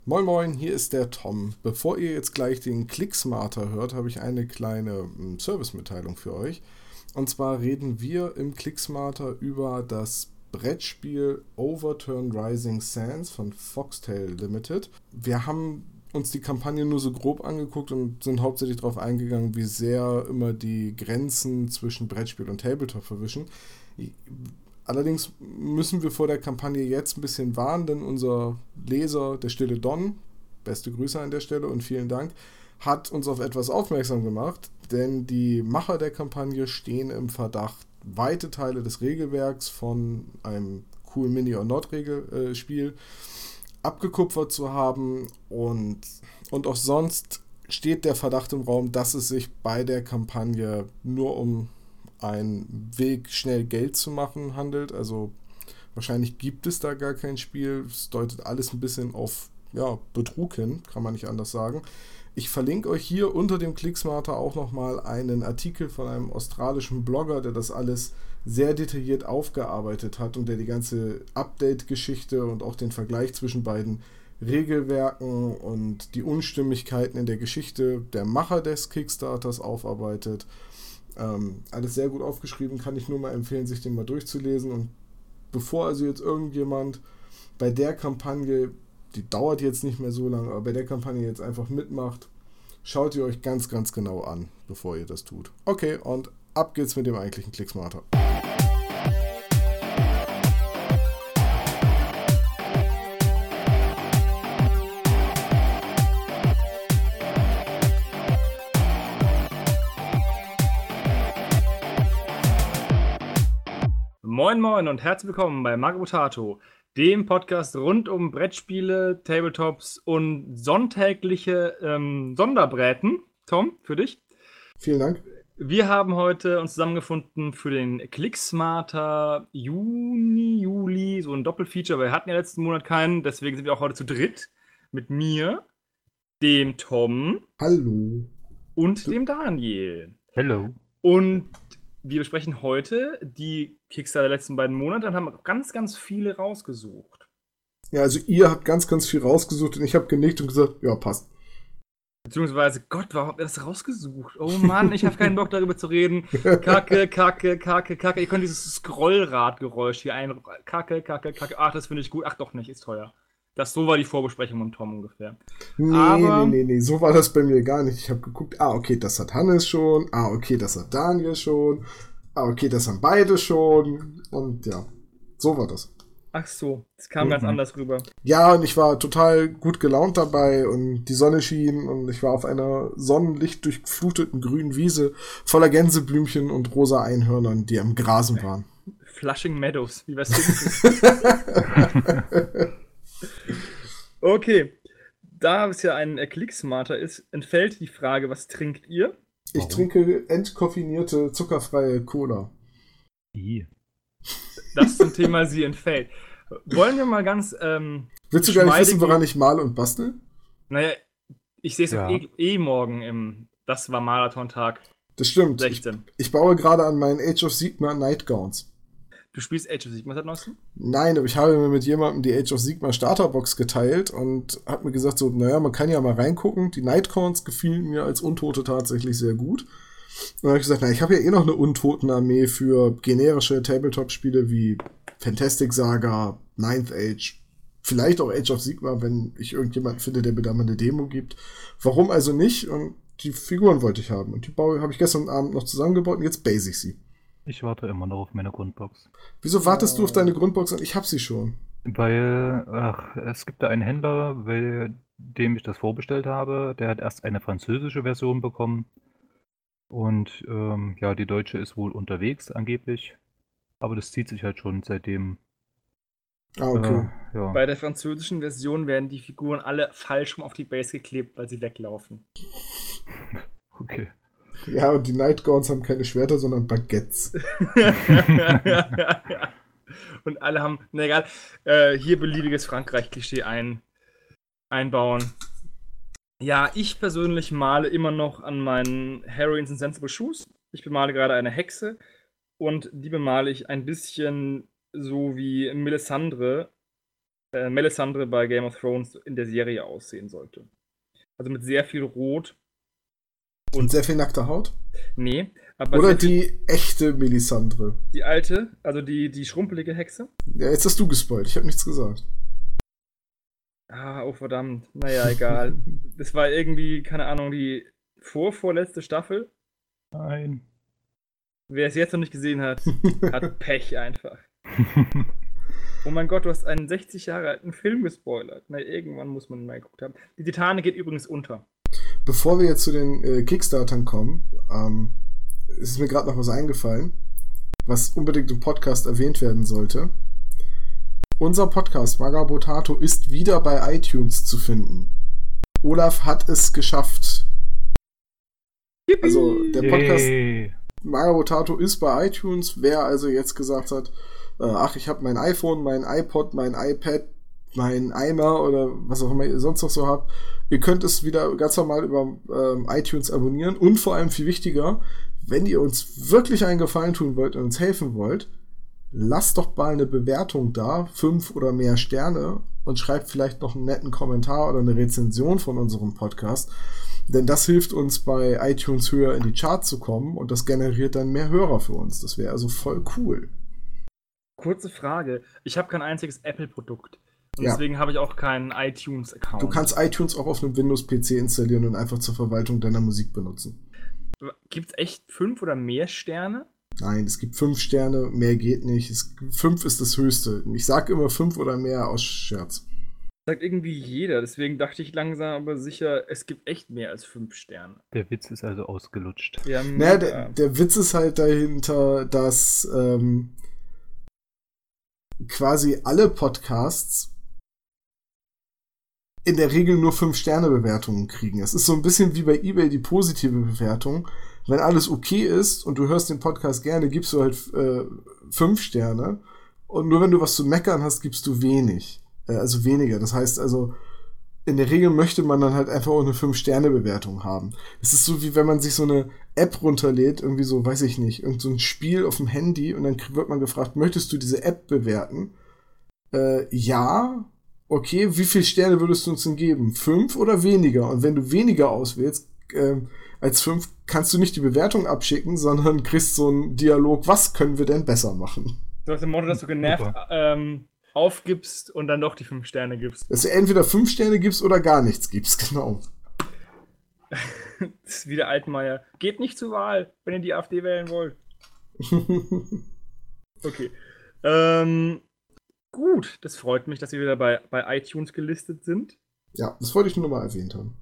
Moin Moin, hier ist der Tom. Bevor ihr jetzt gleich den Clicksmarter hört, habe ich eine kleine Servicemitteilung für euch. Und zwar reden wir im Clicksmarter über das Brettspiel Overturn Rising Sands von Foxtail Limited. Wir haben uns die Kampagne nur so grob angeguckt und sind hauptsächlich darauf eingegangen, wie sehr immer die Grenzen zwischen Brettspiel und Tabletop verwischen. Allerdings müssen wir vor der Kampagne jetzt ein bisschen warnen, denn unser Leser, der Stille Don, beste Grüße an der Stelle und vielen Dank, hat uns auf etwas aufmerksam gemacht, denn die Macher der Kampagne stehen im Verdacht, weite Teile des Regelwerks von einem Cool Mini or Not Regelspiel abgekupfert zu haben und auch sonst steht der Verdacht im Raum, dass es sich bei der Kampagne nur um einen Weg, schnell Geld zu machen, handelt. Also wahrscheinlich gibt es da gar kein Spiel. Es deutet alles ein bisschen auf Betrug hin, kann man nicht anders sagen. Ich verlinke euch hier unter dem Clicksmarter auch nochmal einen Artikel von einem australischen Blogger, der das alles sehr detailliert aufgearbeitet hat und der die ganze Update-Geschichte und auch den Vergleich zwischen beiden Regelwerken und die Unstimmigkeiten in der Geschichte der Macher des Kickstarters aufarbeitet. Alles sehr gut aufgeschrieben, kann ich nur mal empfehlen, sich den mal durchzulesen. Und bevor also jetzt irgendjemand bei der Kampagne, die dauert jetzt nicht mehr so lange, aber bei der Kampagne jetzt einfach mitmacht, schaut ihr euch ganz, ganz genau an, bevor ihr das tut. Okay, und ab geht's mit dem eigentlichen Clicksmarter. Moin Moin und herzlich willkommen bei Magabotato, dem Podcast rund um Brettspiele, Tabletops und sonntägliche Sonderbräten. Tom, für dich. Vielen Dank. Wir haben heute uns zusammengefunden für den Clicksmarter Juni, so ein Doppelfeature, weil wir hatten ja letzten Monat keinen, deswegen sind wir auch heute zu dritt mit mir, dem Tom Hallo. und dem Daniel. Hello. Und wir besprechen heute die Kickstarter der letzten beiden Monate und haben ganz, ganz viele rausgesucht. Ja, also ihr habt ganz, ganz viel rausgesucht und ich habe genickt und gesagt, ja, passt. Beziehungsweise, Gott, warum habt ihr das rausgesucht? Oh Mann, ich habe keinen Bock darüber zu reden. Kacke, Kacke, Kacke, Kacke. Ihr könnt dieses Scrollradgeräusch hier ein... Kacke, Kacke, Kacke. Ach, das finde ich gut. Ach doch nicht, ist teuer. So war die Vorbesprechung mit Tom ungefähr. Nee, so war das bei mir gar nicht. Ich habe geguckt, okay, das hat Hannes schon, okay, das hat Daniel schon, okay, das haben beide schon und ja, so war das. Ach so, es kam ganz anders rüber. Ja, und ich war total gut gelaunt dabei und die Sonne schien und ich war auf einer sonnenlichtdurchfluteten grünen Wiese voller Gänseblümchen und rosa Einhörnern, die am Grasen waren. Flushing Meadows, wie was Okay, da es ja ein Clicksmarter ist, entfällt die Frage, was trinkt ihr? Ich trinke entkoffinierte, zuckerfreie Cola. Das zum Thema sie entfällt. Wollen wir mal ganz Willst du gar nicht wissen, woran ich male und bastel? Naja, ich sehe es ja morgen im Das war Marathon-Tag. Das stimmt. 16. Ich baue gerade an meinen Age of Sigmar Nightgowns. Du spielst Age of Sigmar seit neuestem? Nein, aber ich habe mir mit jemandem die Age of Sigmar Starterbox geteilt und habe mir gesagt, so, naja, man kann ja mal reingucken. Die Nightgowns gefielen mir als Untote tatsächlich sehr gut. Und dann habe ich gesagt, na, ich habe ja eh noch eine Untotenarmee für generische Tabletop-Spiele wie Fantastic Saga, Ninth Age, vielleicht auch Age of Sigmar, wenn ich irgendjemanden finde, der mir da mal eine Demo gibt. Warum also nicht? Und die Figuren wollte ich haben. Und die habe ich gestern Abend noch zusammengebaut und jetzt base ich sie. Ich warte immer noch auf meine Grundbox. Wieso wartest du auf deine Grundbox und ich hab sie schon? Weil, es gibt da einen Händler, dem ich das vorbestellt habe. Der hat erst eine französische Version bekommen. Und die deutsche ist wohl unterwegs, angeblich. Aber das zieht sich halt schon seitdem. Okay. Ja. Bei der französischen Version werden die Figuren alle falsch rum auf die Base geklebt, weil sie weglaufen. Okay. Ja, und die Nightgowns haben keine Schwerter, sondern Baguettes. Und alle haben, na egal, hier beliebiges Frankreich-Klischee einbauen. Ja, ich persönlich male immer noch an meinen Heroines Insensible Shoes. Ich bemale gerade eine Hexe und die bemale ich ein bisschen so wie Melisandre Melisandre bei Game of Thrones in der Serie aussehen sollte. Also mit sehr viel Rot. Und sehr viel nackter Haut? Nee. Aber oder die echte Melisandre? Die alte, also die schrumpelige Hexe? Ja, jetzt hast du gespoilt, ich habe nichts gesagt. Oh verdammt. Naja, egal. Das war irgendwie, keine Ahnung, die vorletzte Staffel. Nein. Wer es jetzt noch nicht gesehen hat, hat Pech einfach. Oh mein Gott, du hast einen 60 Jahre alten Film gespoilert. Na, irgendwann muss man mal geguckt haben. Die Titanic geht übrigens unter. Bevor wir jetzt zu den Kickstartern kommen, ist mir gerade noch was eingefallen, was unbedingt im Podcast erwähnt werden sollte. Unser Podcast Magabotato ist wieder bei iTunes zu finden. Olaf hat es geschafft. Yippie! Also der Podcast Magabotato ist bei iTunes. Wer also jetzt gesagt hat, ich habe mein iPhone, mein iPod, mein iPad, mein Eimer oder was auch immer ihr sonst noch so habt, ihr könnt es wieder ganz normal über iTunes abonnieren und vor allem viel wichtiger, wenn ihr uns wirklich einen Gefallen tun wollt und uns helfen wollt, lasst doch mal eine Bewertung da, 5 oder mehr Sterne und schreibt vielleicht noch einen netten Kommentar oder eine Rezension von unserem Podcast, denn das hilft uns bei iTunes höher in die Charts zu kommen und das generiert dann mehr Hörer für uns. Das wäre also voll cool. Kurze Frage, ich habe kein einziges Apple-Produkt und deswegen habe ich auch keinen iTunes-Account. Du kannst iTunes auch auf einem Windows-PC installieren und einfach zur Verwaltung deiner Musik benutzen. Gibt es echt 5 oder mehr Sterne? Nein, es gibt 5 Sterne, mehr geht nicht. 5 ist das Höchste. Ich sage immer 5 oder mehr aus Scherz. Sagt irgendwie jeder, deswegen dachte ich langsam aber sicher, es gibt echt mehr als 5 Sterne. Der Witz ist also ausgelutscht. Ja, naja, der Witz ist halt dahinter, dass quasi alle Podcasts in der Regel nur 5-Sterne-Bewertungen kriegen. Es ist so ein bisschen wie bei eBay die positive Bewertung. Wenn alles okay ist und du hörst den Podcast gerne, gibst du halt 5 Sterne. Und nur wenn du was zu meckern hast, gibst du wenig. Also weniger. Das heißt also, in der Regel möchte man dann halt einfach auch eine 5-Sterne-Bewertung haben. Es ist so, wie wenn man sich so eine App runterlädt, irgendwie so, weiß ich nicht, irgend so ein Spiel auf dem Handy und dann wird man gefragt, möchtest du diese App bewerten? Ja. Okay, wie viele Sterne würdest du uns denn geben? 5 oder weniger? Und wenn du weniger auswählst, als 5, kannst du nicht die Bewertung abschicken, sondern kriegst so einen Dialog, was können wir denn besser machen? Du hast im Motto, dass du genervt aufgibst und dann doch die 5 Sterne gibst. Dass du entweder 5 Sterne gibst oder gar nichts gibst, genau. Das ist wie der Altmaier. Geht nicht zur Wahl, wenn ihr die AfD wählen wollt. Okay. Gut, das freut mich, dass wir wieder bei iTunes gelistet sind. Ja, das wollte ich nur mal erwähnt haben.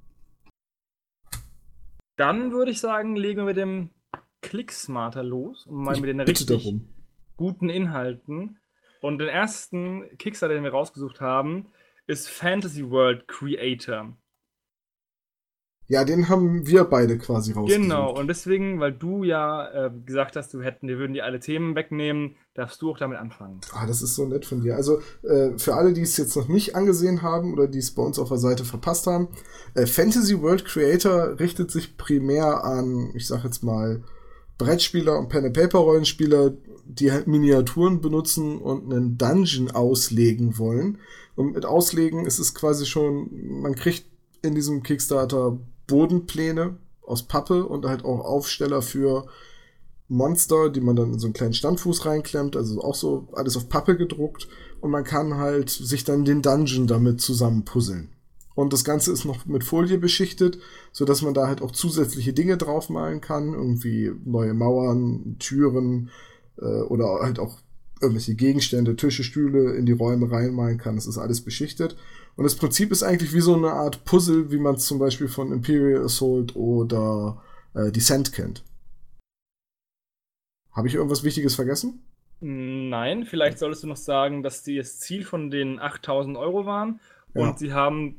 Dann würde ich sagen, legen wir mit dem Clicksmarter los und mal mit den richtig guten Inhalten. Und den ersten Kickstarter, den wir rausgesucht haben, ist Fantasy World Creator. Ja, den haben wir beide quasi rausgesucht. Genau, und deswegen, weil du ja gesagt hast, wir würden dir alle Themen wegnehmen, darfst du auch damit anfangen. Das ist so nett von dir. Also, für alle, die es jetzt noch nicht angesehen haben oder die es bei uns auf der Seite verpasst haben, Fantasy World Creator richtet sich primär an, ich sag jetzt mal, Brettspieler und Pen-and-Paper-Rollenspieler, die halt Miniaturen benutzen und einen Dungeon auslegen wollen. Und mit Auslegen ist es quasi schon, man kriegt in diesem Kickstarter Bodenpläne aus Pappe und halt auch Aufsteller für Monster, die man dann in so einen kleinen Standfuß reinklemmt, also auch so alles auf Pappe gedruckt und man kann halt sich dann den Dungeon damit zusammenpuzzeln. Und das Ganze ist noch mit Folie beschichtet, sodass man da halt auch zusätzliche Dinge draufmalen kann, irgendwie neue Mauern, Türen oder halt auch irgendwelche Gegenstände, Tische, Stühle in die Räume reinmalen kann. Das ist alles beschichtet. Und das Prinzip ist eigentlich wie so eine Art Puzzle, wie man es zum Beispiel von Imperial Assault oder Descent kennt. Habe ich irgendwas Wichtiges vergessen? Nein, vielleicht solltest du noch sagen, dass das Ziel von den 8.000 € waren und sie haben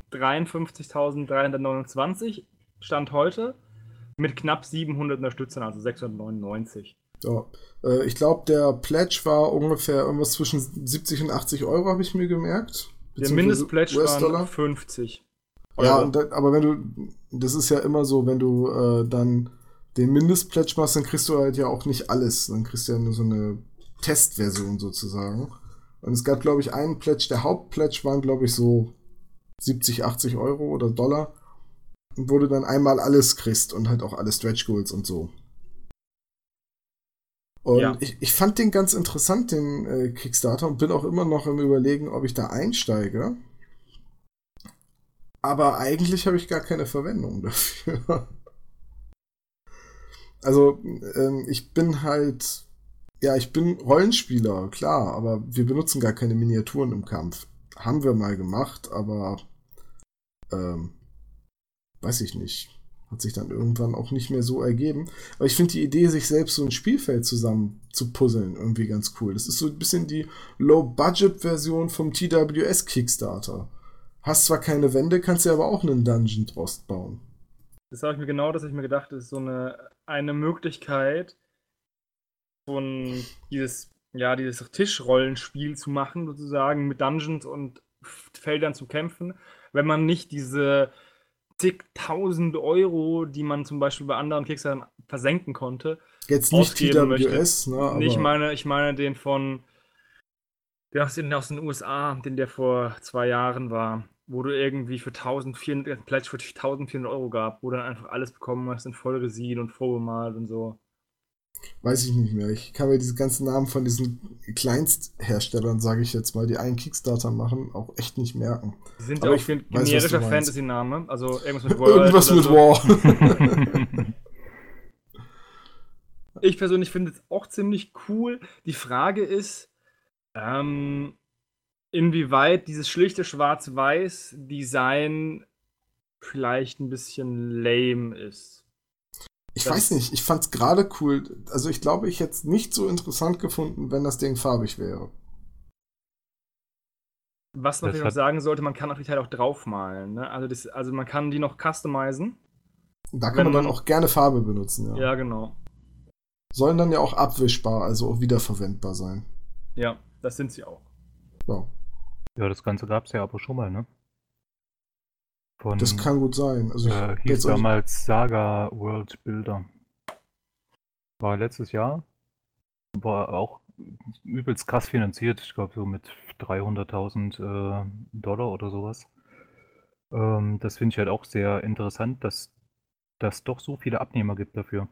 53.329 Stand heute mit knapp 700 Unterstützern, also 699. Ja, ich glaube, der Pledge war ungefähr irgendwas zwischen 70 und 80 €, habe ich mir gemerkt. Der Mindestpledge waren 50 €. Ja, aber wenn du, das ist ja immer so, wenn du dann den Mindestpledge machst, dann kriegst du halt ja auch nicht alles. Dann kriegst du ja nur so eine Testversion sozusagen. Und es gab, glaube ich, einen Pledge, der Hauptpledge waren, glaube ich, so 70, 80 Euro oder Dollar. Und wo du dann einmal alles kriegst und halt auch alle Stretch Goals und so. Und Ja. ich fand den ganz interessant, den Kickstarter, und bin auch immer noch im Überlegen, ob ich da einsteige. Aber eigentlich habe ich gar keine Verwendung dafür. Also, ich bin halt, ja, ich bin Rollenspieler, klar, aber wir benutzen gar keine Miniaturen im Kampf. Haben wir mal gemacht, aber weiß ich nicht. Hat sich dann irgendwann auch nicht mehr so ergeben. Aber ich finde die Idee, sich selbst so ein Spielfeld zusammen zu puzzeln, irgendwie ganz cool. Das ist so ein bisschen die Low-Budget-Version vom TWS Kickstarter. Hast zwar keine Wände, kannst dir aber auch einen Dungeon draus bauen. Das habe ich mir gedacht, das ist so eine Möglichkeit, dieses Tischrollenspiel zu machen, sozusagen, mit Dungeons und Feldern zu kämpfen, wenn man nicht diese zigtausend Euro, die man zum Beispiel bei anderen Kickstartern versenken konnte, Jetzt nicht ausgeben TWS, möchte. ne? Aber Ich meine den aus den USA, der vor 2 Jahren war, wo du irgendwie für 1.400 Pledge für 1.400 Euro gab, wo du dann einfach alles bekommen hast in Vollresin und vorbemalt und so. weiß ich nicht mehr. Ich kann mir diese ganzen Namen von diesen Kleinstherstellern, sage ich jetzt mal, die einen Kickstarter machen, auch echt nicht merken. Die sind Aber ja auch ich für ein weiß, was du generischer meinst. Fantasy-Name, also irgendwas mit World. Irgendwas oder mit so. War. Ich persönlich finde es auch ziemlich cool. Die Frage ist, inwieweit dieses schlichte Schwarz-Weiß-Design vielleicht ein bisschen lame ist. Ich Das- weiß nicht, ich fand's gerade cool. Also ich glaube, ich hätte es nicht so interessant gefunden, wenn das Ding farbig wäre. Was man Das vielleicht noch hat- sagen sollte, man kann natürlich halt auch draufmalen. Ne? Also man kann die noch customizen. Da kann Wenn man dann man- auch gerne Farbe benutzen, ja. Ja, genau. Sollen dann ja auch abwischbar, also auch wiederverwendbar sein. Ja, das sind sie auch. Ja, Ja, das Ganze gab es ja aber schon mal, ne? das kann gut sein. Also ich Hieß jetzt auch nicht- damals Saga World Builder. War letztes Jahr. War auch übelst krass finanziert. Ich glaube so mit 300.000 Dollar oder sowas. Das finde ich halt auch sehr interessant, dass das doch so viele Abnehmer gibt dafür.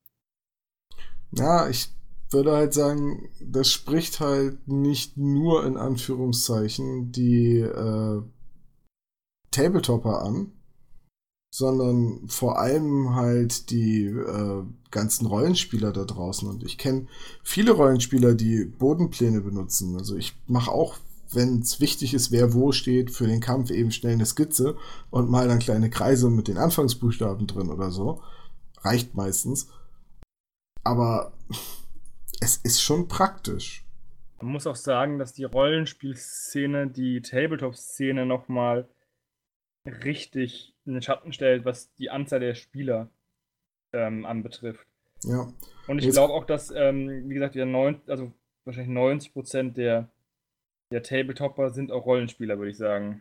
Ja, ich würde halt sagen, das spricht halt nicht nur in Anführungszeichen die Tabletopper an, sondern vor allem halt die ganzen Rollenspieler da draußen. Und ich kenne viele Rollenspieler, die Bodenpläne benutzen. Also ich mache auch, wenn es wichtig ist, wer wo steht, für den Kampf eben schnell eine Skizze und mal dann kleine Kreise mit den Anfangsbuchstaben drin oder so. Reicht meistens. Aber es ist schon praktisch. Man muss auch sagen, dass die Rollenspielszene die Tabletop-Szene nochmal richtig in den Schatten stellt, was die Anzahl der Spieler anbetrifft. Ja. Und ich Jetzt- glaube auch, dass, wie gesagt, also wahrscheinlich 90% der Tabletopper sind auch Rollenspieler, würde ich sagen.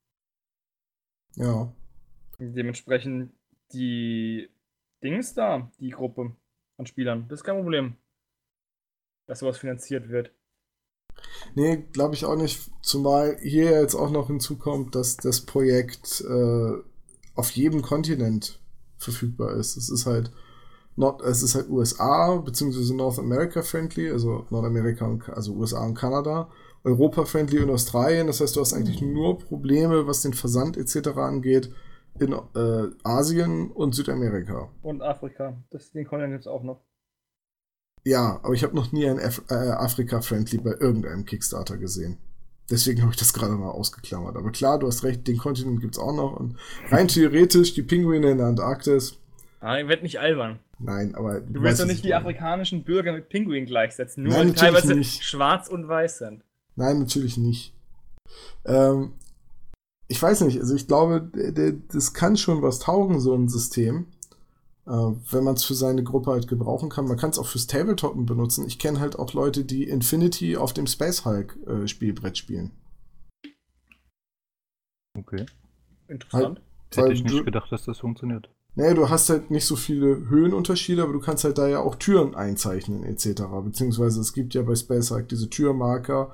Ja. Dementsprechend die Dings da, die Gruppe an Spielern, das ist kein Problem, dass sowas finanziert wird. Nee, glaube ich auch nicht. Zumal hier jetzt auch noch hinzukommt, dass das Projekt auf jedem Kontinent verfügbar ist. Es ist halt USA bzw. North America friendly, also Nordamerika also USA und Kanada, Europa friendly und Australien. Das heißt, du hast eigentlich nur Probleme, was den Versand etc. angeht, in Asien und Südamerika. Und Afrika, den Kontinent gibt es auch noch. Ja, aber ich habe noch nie ein Afrika-Friendly bei irgendeinem Kickstarter gesehen. Deswegen habe ich das gerade mal ausgeklammert. Aber klar, du hast recht, den Kontinent gibt es auch noch. Und rein theoretisch die Pinguine in der Antarktis. Ah, ich werde nicht albern. Nein, aber Du willst weißt, doch was nicht ich die meine. afrikanischen Bürger mit Pinguinen gleichsetzen, nur Nein, weil die natürlich teilweise nicht. schwarz und weiß sind. Nein, natürlich nicht. Ich weiß nicht, also ich glaube, das kann schon was taugen, so ein System. Wenn man es für seine Gruppe halt gebrauchen kann. Man kann es auch fürs Tabletoppen benutzen. Ich kenne halt auch Leute, die Infinity auf dem Space Hulk Spielbrett spielen. Okay. Interessant. Hätte Weil ich du- nicht gedacht, dass das funktioniert. Naja, du hast halt nicht so viele Höhenunterschiede, aber du kannst halt da ja auch Türen einzeichnen etc. Beziehungsweise es gibt ja bei Space Hulk diese Türmarker,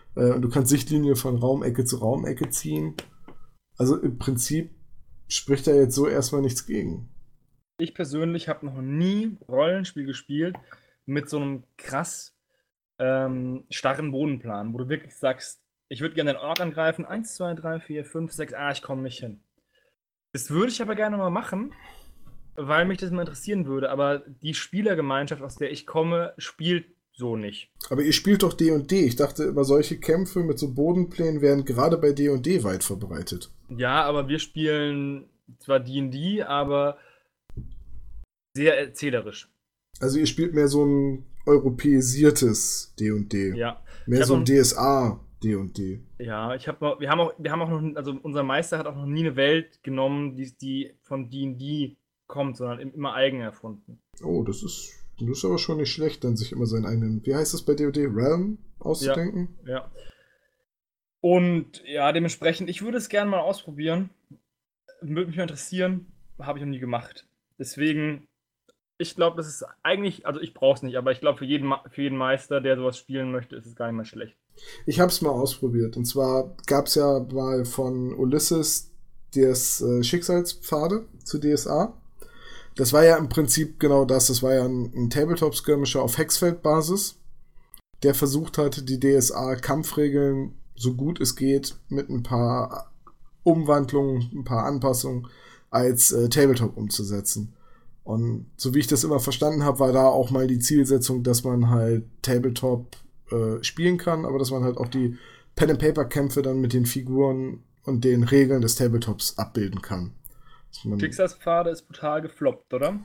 Und du kannst Sichtlinie von Raumecke zu Raumecke ziehen. Also im Prinzip spricht da jetzt so erstmal nichts gegen. Ich persönlich habe noch nie Rollenspiel gespielt mit so einem krass starren Bodenplan, wo du wirklich sagst, ich würde gerne den Ort angreifen, 1, 2, 3, 4, 5, 6, ich komme nicht hin. Das würde ich aber gerne mal machen, weil mich das mal interessieren würde, aber die Spielergemeinschaft, aus der ich komme, spielt so nicht. Aber ihr spielt doch D&D. Ich dachte immer, solche Kämpfe mit so Bodenplänen wären gerade bei D&D weit verbreitet. Ja, aber wir spielen zwar D&D, aber sehr erzählerisch. Also ihr spielt mehr so ein europäisiertes D&D. Ja. Mehr so ein DSA D&D. Ja, wir haben auch noch, also unser Meister hat auch noch nie eine Welt genommen, die von D&D kommt, sondern immer eigen erfunden. Oh, das ist aber schon nicht schlecht, dann sich immer seinen eigenen, wie heißt das bei D&D, Realm auszudenken. Ja. Und ja, dementsprechend, ich würde es gerne mal ausprobieren. Würde mich mal interessieren, habe ich noch nie gemacht. Deswegen, ich glaube, das ist eigentlich, also ich brauche es nicht, aber ich glaube, für jeden Meister, der sowas spielen möchte, ist es gar nicht mal schlecht. Ich habe es mal ausprobiert. Und zwar gab es ja mal von Ulysses das Schicksalspfade zu DSA. Das war ja im Prinzip genau das. Das war ja ein Tabletop-Skirmisher auf Hexfeld-Basis, der versucht hat, die DSA-Kampfregeln so gut es geht mit ein paar Umwandlungen, ein paar Anpassungen als Tabletop umzusetzen. Und so wie ich das immer verstanden habe, war da auch mal die Zielsetzung, dass man halt Tabletop spielen kann, aber dass man halt auch die Pen-and-Paper-Kämpfe dann mit den Figuren und den Regeln des Tabletops abbilden kann. Schicksalspfade ist brutal gefloppt, oder?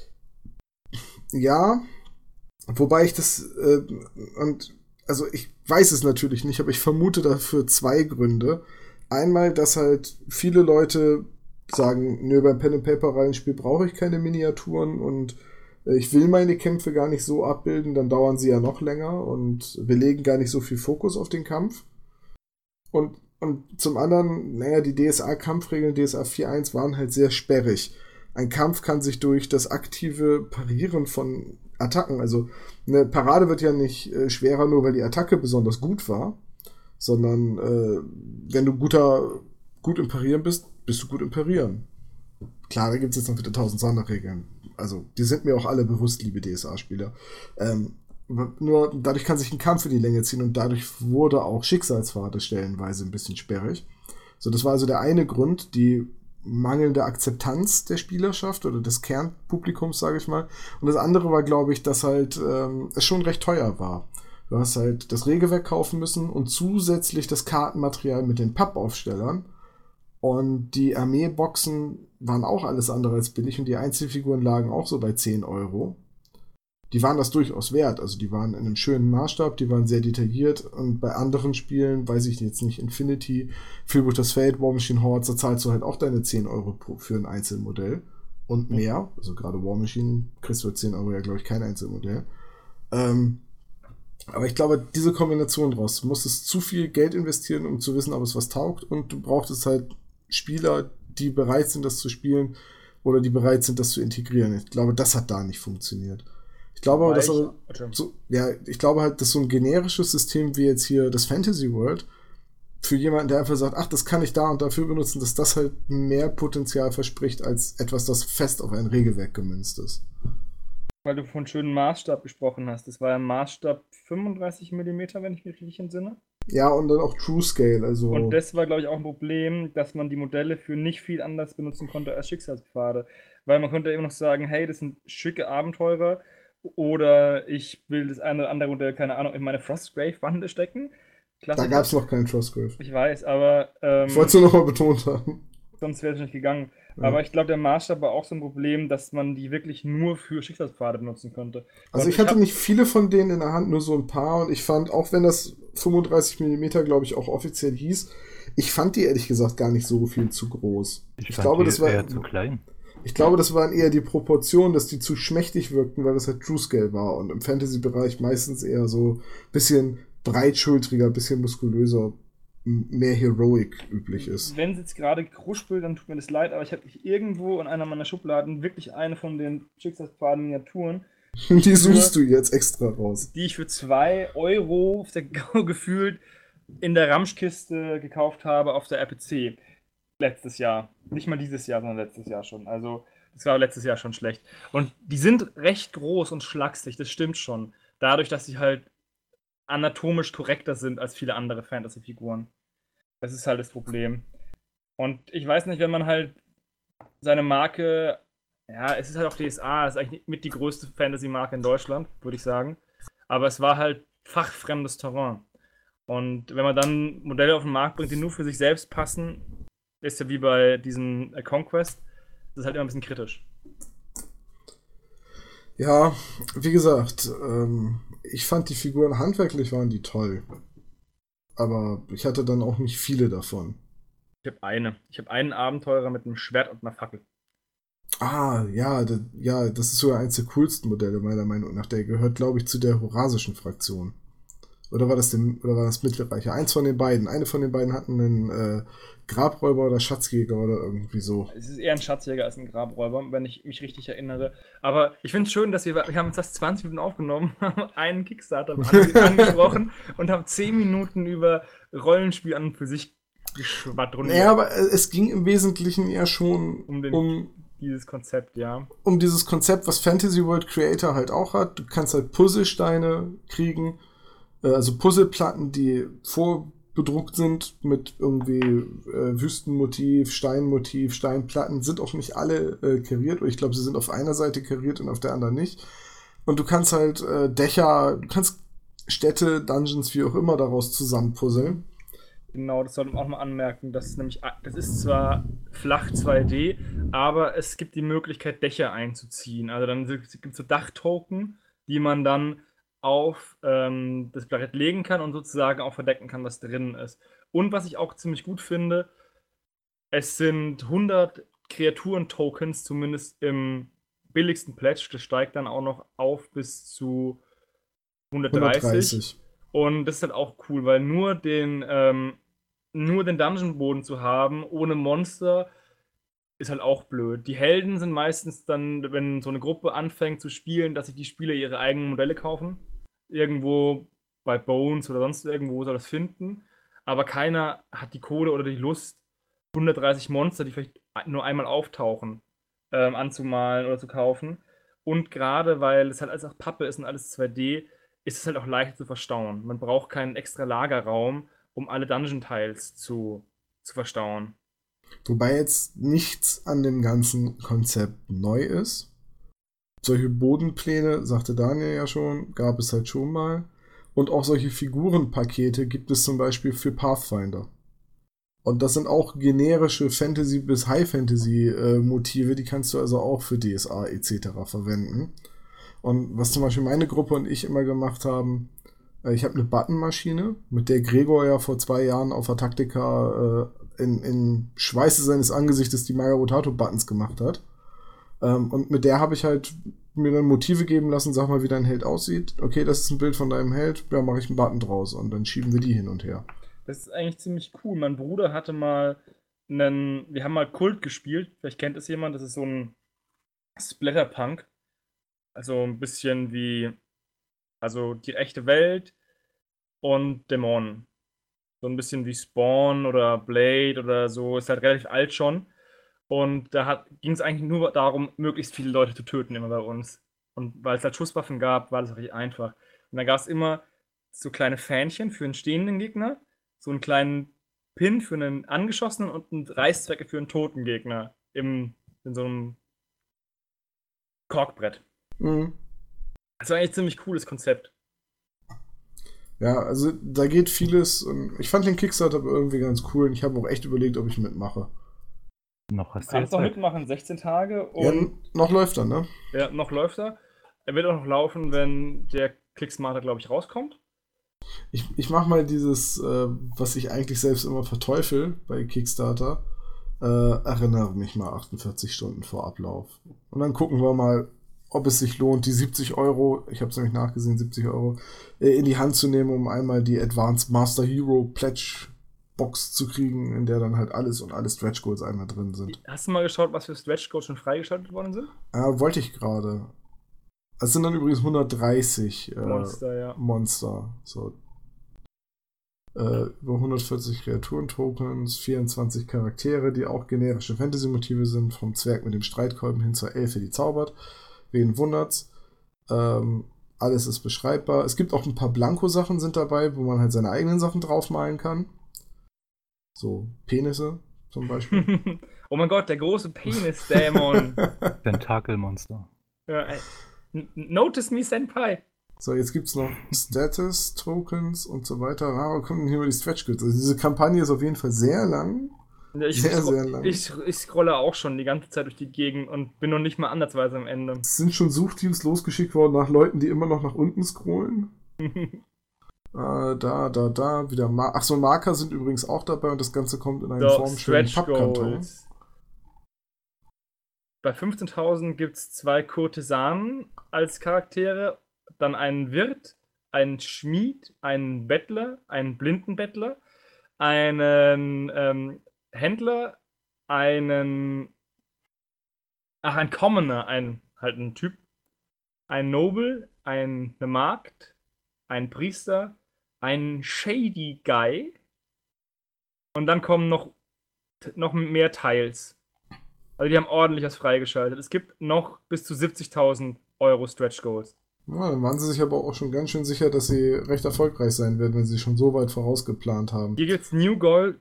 Ja, wobei ich das also ich weiß es natürlich nicht, aber ich vermute dafür zwei Gründe. Einmal, dass halt viele Leute sagen, nö, beim Pen-and-Paper-Rollenspiel brauche ich keine Miniaturen und ich will meine Kämpfe gar nicht so abbilden, dann dauern sie ja noch länger und wir legen gar nicht so viel Fokus auf den Kampf. Und zum anderen, naja, die DSA-Kampfregeln, DSA 4.1 waren halt sehr sperrig. Ein Kampf kann sich durch das aktive Parieren von Attacken, also eine Parade wird ja nicht schwerer, nur weil die Attacke besonders gut war, sondern wenn du gut im Parieren bist, bist du gut im Parieren. Klar, da gibt es jetzt noch wieder 1000 Sonderregeln. Also, die sind mir auch alle bewusst, liebe DSA-Spieler. Nur dadurch kann sich ein Kampf in die Länge ziehen und dadurch wurde auch Schicksalspfade stellenweise ein bisschen sperrig. So, das war also der eine Grund, die mangelnde Akzeptanz der Spielerschaft oder des Kernpublikums, sage ich mal. Und das andere war, glaube ich, dass halt es schon recht teuer war. Du hast halt das Regelwerk kaufen müssen und zusätzlich das Kartenmaterial mit den Pappaufstellern. Und die Armeeboxen waren auch alles andere als billig und die Einzelfiguren lagen auch so bei 10 Euro. Die waren das durchaus wert, also die waren in einem schönen Maßstab, die waren sehr detailliert und bei anderen Spielen, weiß ich jetzt nicht, Infinity, Freeboot das Fate, War Machine Hordes, da zahlst du halt auch deine 10 Euro für ein Einzelmodell und mehr, also gerade War Machine kriegst du für 10 Euro ja, glaube ich, kein Einzelmodell. Aber ich glaube, diese Kombination draus, du musstest zu viel Geld investieren, um zu wissen, ob es was taugt und du brauchtest halt Spieler, die bereit sind, das zu spielen oder die bereit sind, das zu integrieren. Ich glaube, das hat da nicht funktioniert. Ich glaube aber, ich glaube halt, dass so ein generisches System wie jetzt hier das Fantasy World für jemanden, der einfach sagt, ach, das kann ich da und dafür benutzen, dass das halt mehr Potenzial verspricht als etwas, das fest auf ein Regelwerk gemünzt ist. Weil du von schönen Maßstab gesprochen hast. Das war ja Maßstab 35 mm, wenn ich mich richtig entsinne. Ja, und dann auch True Scale. Also und das war, glaube ich, auch ein Problem, dass man die Modelle für nicht viel anders benutzen konnte als Schicksalspfade. Weil man konnte immer noch sagen, hey, das sind schicke Abenteurer oder ich will das eine oder andere Modell, keine Ahnung, in meine Frostgrave-Bande stecken. Da gab es noch keinen Frostgrave. Ich weiß, aber ich wollte es nur nochmal betont haben. Sonst wäre es nicht gegangen. Ja. Aber ich glaube, der Maßstab war auch so ein Problem, dass man die wirklich nur für Schicksalspfade benutzen konnte. Also ich hatte nicht viele von denen in der Hand, nur so ein paar. Und ich fand, auch wenn das 35 mm, glaube ich, auch offiziell hieß, ich fand die ehrlich gesagt gar nicht so viel zu groß. Ich glaube, das war eher zu klein. Ich glaube, das waren eher die Proportionen, dass die zu schmächtig wirkten, weil das halt True Scale war. Und im Fantasy-Bereich meistens eher so ein bisschen breitschultriger, ein bisschen muskulöser, mehr Heroic üblich ist. Wenn es jetzt gerade kruspelt, dann tut mir das leid, aber ich habe irgendwo in einer meiner Schubladen wirklich eine von den Schicksalspfaden-Miniaturen. Die suchst du jetzt extra raus. Die ich für 2 Euro auf der Go gefühlt in der Ramschkiste gekauft habe auf der RPC letztes Jahr. Nicht mal dieses Jahr, sondern letztes Jahr schon. Also, das war letztes Jahr schon schlecht. Und die sind recht groß und schlaksig, das stimmt schon. Dadurch, dass sie halt anatomisch korrekter sind als viele andere Fantasy-Figuren. Das ist halt das Problem. Und ich weiß nicht, wenn man halt seine Marke, ja, es ist halt auch DSA, es ist eigentlich mit die größte Fantasy-Marke in Deutschland, würde ich sagen. Aber es war halt fachfremdes Terrain. Und wenn man dann Modelle auf den Markt bringt, die nur für sich selbst passen, ist ja wie bei diesem Conquest, das ist halt immer ein bisschen kritisch. Ja, wie gesagt, ich fand die Figuren handwerklich waren die toll. Aber ich hatte dann auch nicht viele davon. Ich habe eine. Ich habe einen Abenteurer mit einem Schwert und einer Fackel. Ah, ja, das ist sogar eins der coolsten Modelle, meiner Meinung nach. Der gehört, glaube ich, zu der Horasischen Fraktion. Oder war das Mittelreiche? Eins von den beiden. Eine von den beiden hatten einen Grabräuber oder Schatzjäger oder irgendwie so. Es ist eher ein Schatzjäger als ein Grabräuber, wenn ich mich richtig erinnere. Aber ich finde es schön, dass wir haben uns das 20 Minuten aufgenommen, haben einen Kickstarter angesprochen und haben 10 Minuten über Rollenspiel an und für sich geschwadroniert. Naja, aber es ging im Wesentlichen eher schon um dieses Konzept, ja. Um dieses Konzept, was Fantasy World Creator halt auch hat. Du kannst halt Puzzlesteine kriegen, also Puzzleplatten, die vorbedruckt sind mit irgendwie Wüstenmotiv, Steinmotiv, Steinplatten, sind auch nicht alle kariert. Oder ich glaube, sie sind auf einer Seite kariert und auf der anderen nicht. Und du kannst halt Dächer, du kannst Städte, Dungeons, wie auch immer, daraus zusammenpuzzeln. Genau, das sollte man auch mal anmerken. Das ist zwar flach 2D, aber es gibt die Möglichkeit, Dächer einzuziehen. Also dann gibt es so Dachtoken, die man dann auf das Brett legen kann und sozusagen auch verdecken kann, was drin ist. Und was ich auch ziemlich gut finde, es sind 100 Kreaturen-Tokens, zumindest im billigsten Pledge. Das steigt dann auch noch auf bis zu 130. Und das ist halt auch cool, weil nur den Dungeon-Boden zu haben, ohne Monster, ist halt auch blöd. Die Helden sind meistens dann, wenn so eine Gruppe anfängt zu spielen, dass sich die Spieler ihre eigenen Modelle kaufen. Irgendwo bei Bones oder sonst irgendwo soll das finden. Aber keiner hat die Kohle oder die Lust, 130 Monster, die vielleicht nur einmal auftauchen, anzumalen oder zu kaufen. Und gerade weil es halt alles auch Pappe ist und alles 2D, ist es halt auch leicht zu verstauen. Man braucht keinen extra Lagerraum, um alle Dungeon-Tiles zu verstauen. Wobei jetzt nichts an dem ganzen Konzept neu ist. Solche Bodenpläne, sagte Daniel ja schon, gab es halt schon mal. Und auch solche Figurenpakete gibt es zum Beispiel für Pathfinder. Und das sind auch generische Fantasy- bis High-Fantasy-Motive, die kannst du also auch für DSA etc. verwenden. Und was zum Beispiel meine Gruppe und ich immer gemacht haben, ich habe eine Buttonmaschine, mit der Gregor ja vor 2 Jahren auf der Taktika in Schweiße seines Angesichtes die Magarotato-Buttons gemacht hat. Und mit der habe ich halt mir dann Motive geben lassen, sag mal, wie dein Held aussieht. Okay, das ist ein Bild von deinem Held, ja, mache ich einen Button draus und dann schieben wir die hin und her. Das ist eigentlich ziemlich cool. Mein Bruder hatte wir haben mal Kult gespielt, vielleicht kennt es jemand, das ist so ein Splatterpunk. Also ein bisschen wie, also die echte Welt und Dämonen. So ein bisschen wie Spawn oder Blade oder so, ist halt relativ alt schon. Und da ging es eigentlich nur darum, möglichst viele Leute zu töten, immer bei uns. Und weil es halt Schusswaffen gab, war das recht einfach. Und da gab es immer so kleine Fähnchen für einen stehenden Gegner, so einen kleinen Pin für einen angeschossenen und einen Reißzwecke für einen toten Gegner in so einem Korkbrett. Mhm. Das war eigentlich ein ziemlich cooles Konzept. Ja, also da geht vieles. Ich fand den Kickstarter irgendwie ganz cool und ich habe auch echt überlegt, ob ich mitmache. Noch hast du kannst noch mitmachen, 16 Tage. Und ja, noch läuft er, ne? Ja, noch läuft er. Er wird auch noch laufen, wenn der Clicksmarter, glaube ich, rauskommt. Ich mache mal dieses, was ich eigentlich selbst immer verteufel bei Kickstarter. Erinnere mich mal 48 Stunden vor Ablauf. Und dann gucken wir mal, ob es sich lohnt, die 70 Euro, ich habe es nämlich nachgesehen, 70 Euro, in die Hand zu nehmen, um einmal die Advanced Master Hero Pledge Box zu kriegen, in der dann halt alles und alle Stretch Goals einmal drin sind. Hast du mal geschaut, was für Stretch Goals schon freigeschaltet worden sind? Wollte ich gerade. Es sind dann übrigens 130 Monster, ja. Monster. So. über 140 Kreaturen-Tokens, 24 Charaktere, die auch generische Fantasy-Motive sind, vom Zwerg mit dem Streitkolben hin zur Elfe, die zaubert. Wen wundert's? Alles ist beschreibbar. Es gibt auch ein paar Blanko-Sachen sind dabei, wo man halt seine eigenen Sachen draufmalen kann. So Penisse zum Beispiel. Oh mein Gott, der große Penis-Dämon. Tentakelmonster. Ja, notice me, Senpai. So, jetzt gibt es noch Status-Tokens und so weiter. Kommen hier mal die Stretch-Goods. Also diese Kampagne ist auf jeden Fall sehr lang. Ja, sehr lang. Ich scrolle auch schon die ganze Zeit durch die Gegend und bin noch nicht mal ansatzweise am Ende. Es sind schon Suchteams losgeschickt worden nach Leuten, die immer noch nach unten scrollen. Wieder Marker sind übrigens auch dabei und das Ganze kommt in einem formschönen Pappkarton. Bei 15.000 gibt es 2 Kurtisanen als Charaktere, dann einen Wirt, einen Schmied, einen Bettler, einen Blindenbettler, einen Händler, ein Commoner, ein Typ, ein Noble, eine Magd, ein Priester, ein Shady Guy und dann kommen noch mehr Teils. Also die haben ordentlich was freigeschaltet. Es gibt noch bis zu 70.000 Euro Stretch Goals. Ja, dann waren sie sich aber auch schon ganz schön sicher, dass sie recht erfolgreich sein werden, wenn sie schon so weit vorausgeplant haben. Hier gibt es new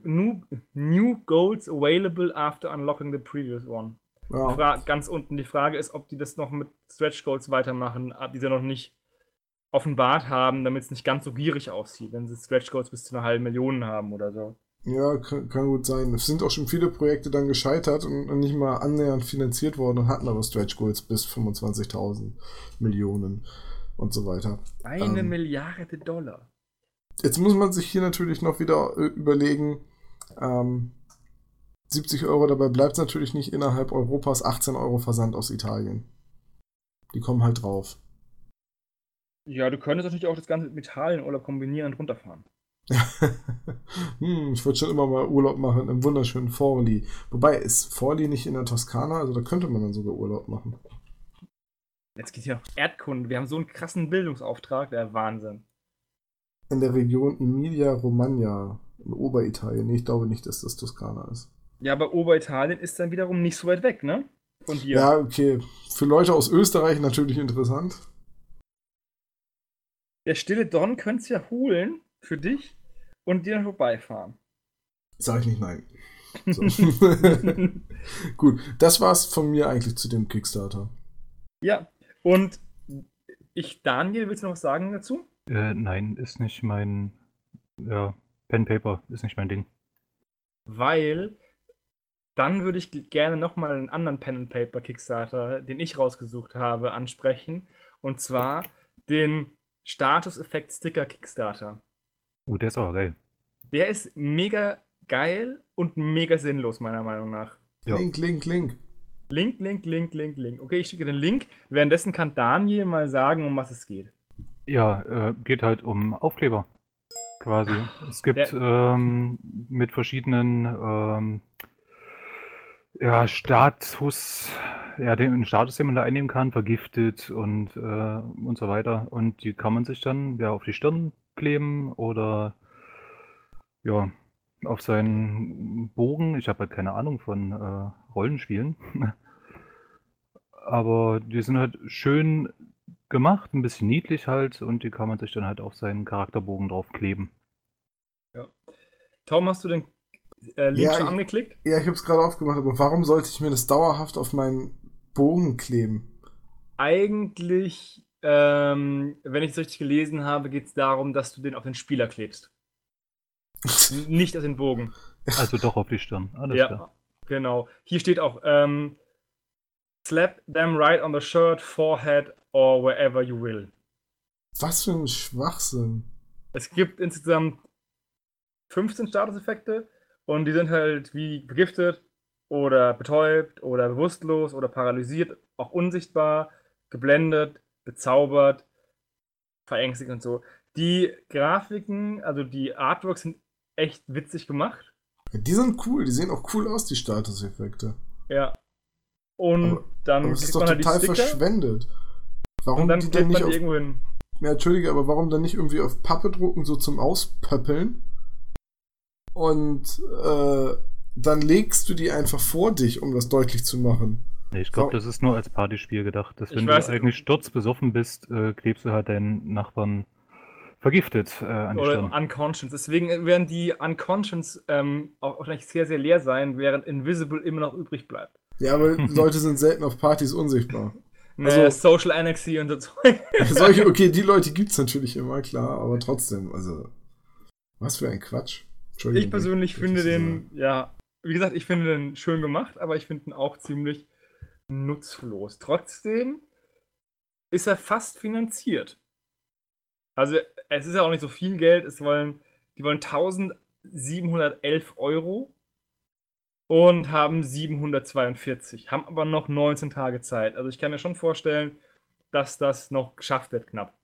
Goals available after unlocking the previous one. Ja. Ganz unten die Frage ist, ob die das noch mit Stretch Goals weitermachen, die sie noch nicht offenbart haben, damit es nicht ganz so gierig aussieht, wenn sie Stretch Goals bis zu 500.000 haben oder so. Ja, kann gut sein. Es sind auch schon viele Projekte dann gescheitert und nicht mal annähernd finanziert worden und hatten aber Stretch Goals bis 25.000 Millionen und so weiter. 1 Milliarde Dollar. Jetzt muss man sich hier natürlich noch wieder überlegen, 70 Euro, dabei bleibt es natürlich nicht innerhalb Europas, 18 Euro Versand aus Italien. Die kommen halt drauf. Ja, du könntest natürlich auch das Ganze mit Italien oder kombinieren und runterfahren. Ich wollte schon immer mal Urlaub machen im wunderschönen Forli. Wobei, ist Forli nicht in der Toskana? Also da könnte man dann sogar Urlaub machen. Jetzt geht hier noch Erdkunde. Wir haben so einen krassen Bildungsauftrag, der Wahnsinn. In der Region Emilia-Romagna in Oberitalien. Nee, ich glaube nicht, dass das Toskana ist. Ja, aber Oberitalien ist dann wiederum nicht so weit weg, ne? Von dir. Ja, okay. Für Leute aus Österreich natürlich interessant. Der stille Don könnt's ja holen für dich und dir dann vorbeifahren. Sag ich nicht nein. So. Gut, das war's von mir eigentlich zu dem Kickstarter. Ja, und Daniel, willst du noch was sagen dazu? Nein, ist nicht mein Pen Paper ist nicht mein Ding. Weil dann würde ich gerne nochmal einen anderen Pen and Paper Kickstarter, den ich rausgesucht habe, ansprechen. Und zwar den Status-Effekt Sticker Kickstarter. Der ist aber geil. Der ist mega geil und mega sinnlos, meiner Meinung nach. Ja. Link. Link. Okay, ich schicke den Link. Währenddessen kann Daniel mal sagen, um was es geht. Ja, geht halt um Aufkleber. Quasi. Es gibt mit verschiedenen Status, den Status, den man da einnehmen kann, vergiftet und so weiter. Und die kann man sich dann auf die Stirn kleben oder auf seinen Bogen. Ich habe halt keine Ahnung von Rollenspielen. Aber die sind halt schön gemacht, ein bisschen niedlich halt und die kann man sich dann halt auf seinen Charakterbogen drauf kleben. Ja. Tom, hast du den Link schon angeklickt? Ja, ich habe es gerade aufgemacht, aber warum sollte ich mir das dauerhaft auf meinen Bogen kleben? Eigentlich, wenn ich es richtig gelesen habe, geht es darum, dass du den auf den Spieler klebst. Nicht auf den Bogen. Also doch auf die Stirn. Alles klar. Genau. Hier steht auch, slap them right on the shirt, forehead or wherever you will. Was für ein Schwachsinn. Es gibt insgesamt 15 Statuseffekte und die sind halt wie vergiftet oder betäubt oder bewusstlos oder paralysiert, auch unsichtbar, geblendet, bezaubert, verängstigt und so. Die Grafiken, also die Artworks sind echt witzig gemacht. Die sind cool, die sehen auch cool aus, die Statuseffekte. Ja. Und dann aber es ist doch total verschwendet. Warum und dann die denn nicht irgendwo hin. Ja, entschuldige, aber warum dann nicht irgendwie auf Pappe drucken, so zum Auspöppeln? und dann legst du die einfach vor dich, um das deutlich zu machen. Nee, ich glaube, das ist nur als Partyspiel gedacht, dass Ich wenn weiß- du eigentlich sturzbesoffen bist, klebst du halt deinen Nachbarn vergiftet an die Oder Stirn. Unconscious. Deswegen werden die Unconscious auch wahrscheinlich sehr, sehr leer sein, während Invisible immer noch übrig bleibt. Ja, aber Leute sind selten auf Partys unsichtbar. Ne, Also- Social Anarchy und so Zeug. Solche, okay, die Leute gibt's natürlich immer, klar, aber trotzdem, also, was für ein Quatsch. Entschuldigung. Ich persönlich das finde ist so- den, ja, wie gesagt, ich finde den schön gemacht, aber ich finde ihn auch ziemlich nutzlos. Trotzdem ist er fast finanziert. Also, es ist ja auch nicht so viel Geld. Die wollen 1711 Euro und haben 742, haben aber noch 19 Tage Zeit. Also, ich kann mir schon vorstellen, dass das noch geschafft wird, knapp.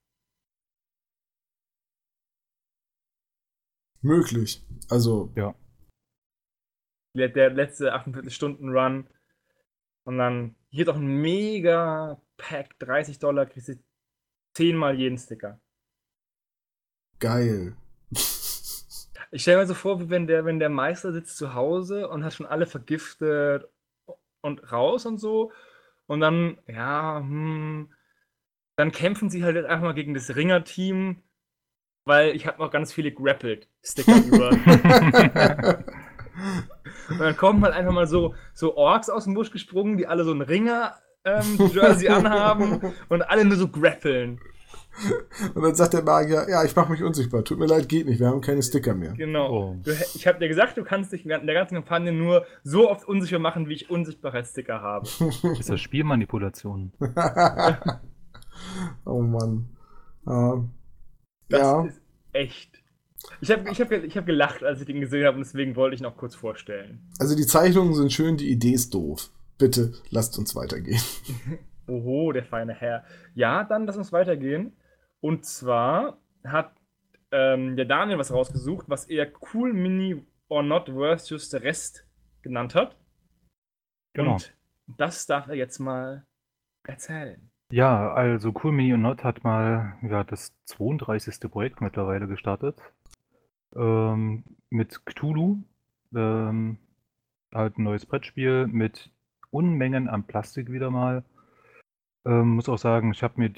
Möglich. Also, Ja. Der letzte 48-Stunden-Run. Und dann hier ist auch ein mega Pack, $30, kriegst du 10-mal jeden Sticker. geil. Ich stelle mir so vor, wie wenn der Meister sitzt zu Hause und hat schon alle vergiftet und raus und so. Und dann, ja, dann kämpfen sie halt jetzt einfach mal gegen das Ringer-Team, weil ich habe noch ganz viele Grappled-Sticker über. Und dann kommen halt einfach mal so Orks aus dem Busch gesprungen, die alle so ein Ringer-Jersey anhaben und alle nur so grappeln. Und dann sagt der Magier, ja, ich mache mich unsichtbar. Tut mir leid, geht nicht, wir haben keine Sticker mehr. Genau. Oh. Ich habe dir gesagt, du kannst dich während der ganzen Kampagne nur so oft unsicher machen, wie ich Unsichtbarkeitssticker habe. Ist das Spielmanipulation? Oh Mann. Das Ja, ist echt. Ich hab gelacht, als ich den gesehen habe, und deswegen wollte ich ihn auch kurz vorstellen. also die Zeichnungen sind schön, die Idee ist doof. Bitte, lasst uns weitergehen. Oho, der feine Herr. Ja, dann lass uns weitergehen. Und zwar hat der Daniel was rausgesucht, was er Cool Mini or Not versus the Rest genannt hat. Genau. Und das darf er jetzt mal erzählen. Ja, also Cool Mini und Not hat mal das 32. Projekt mittlerweile gestartet. Mit Cthulhu. Halt ein neues Brettspiel mit Unmengen an Plastik wieder mal. Muss auch sagen, ich habe mir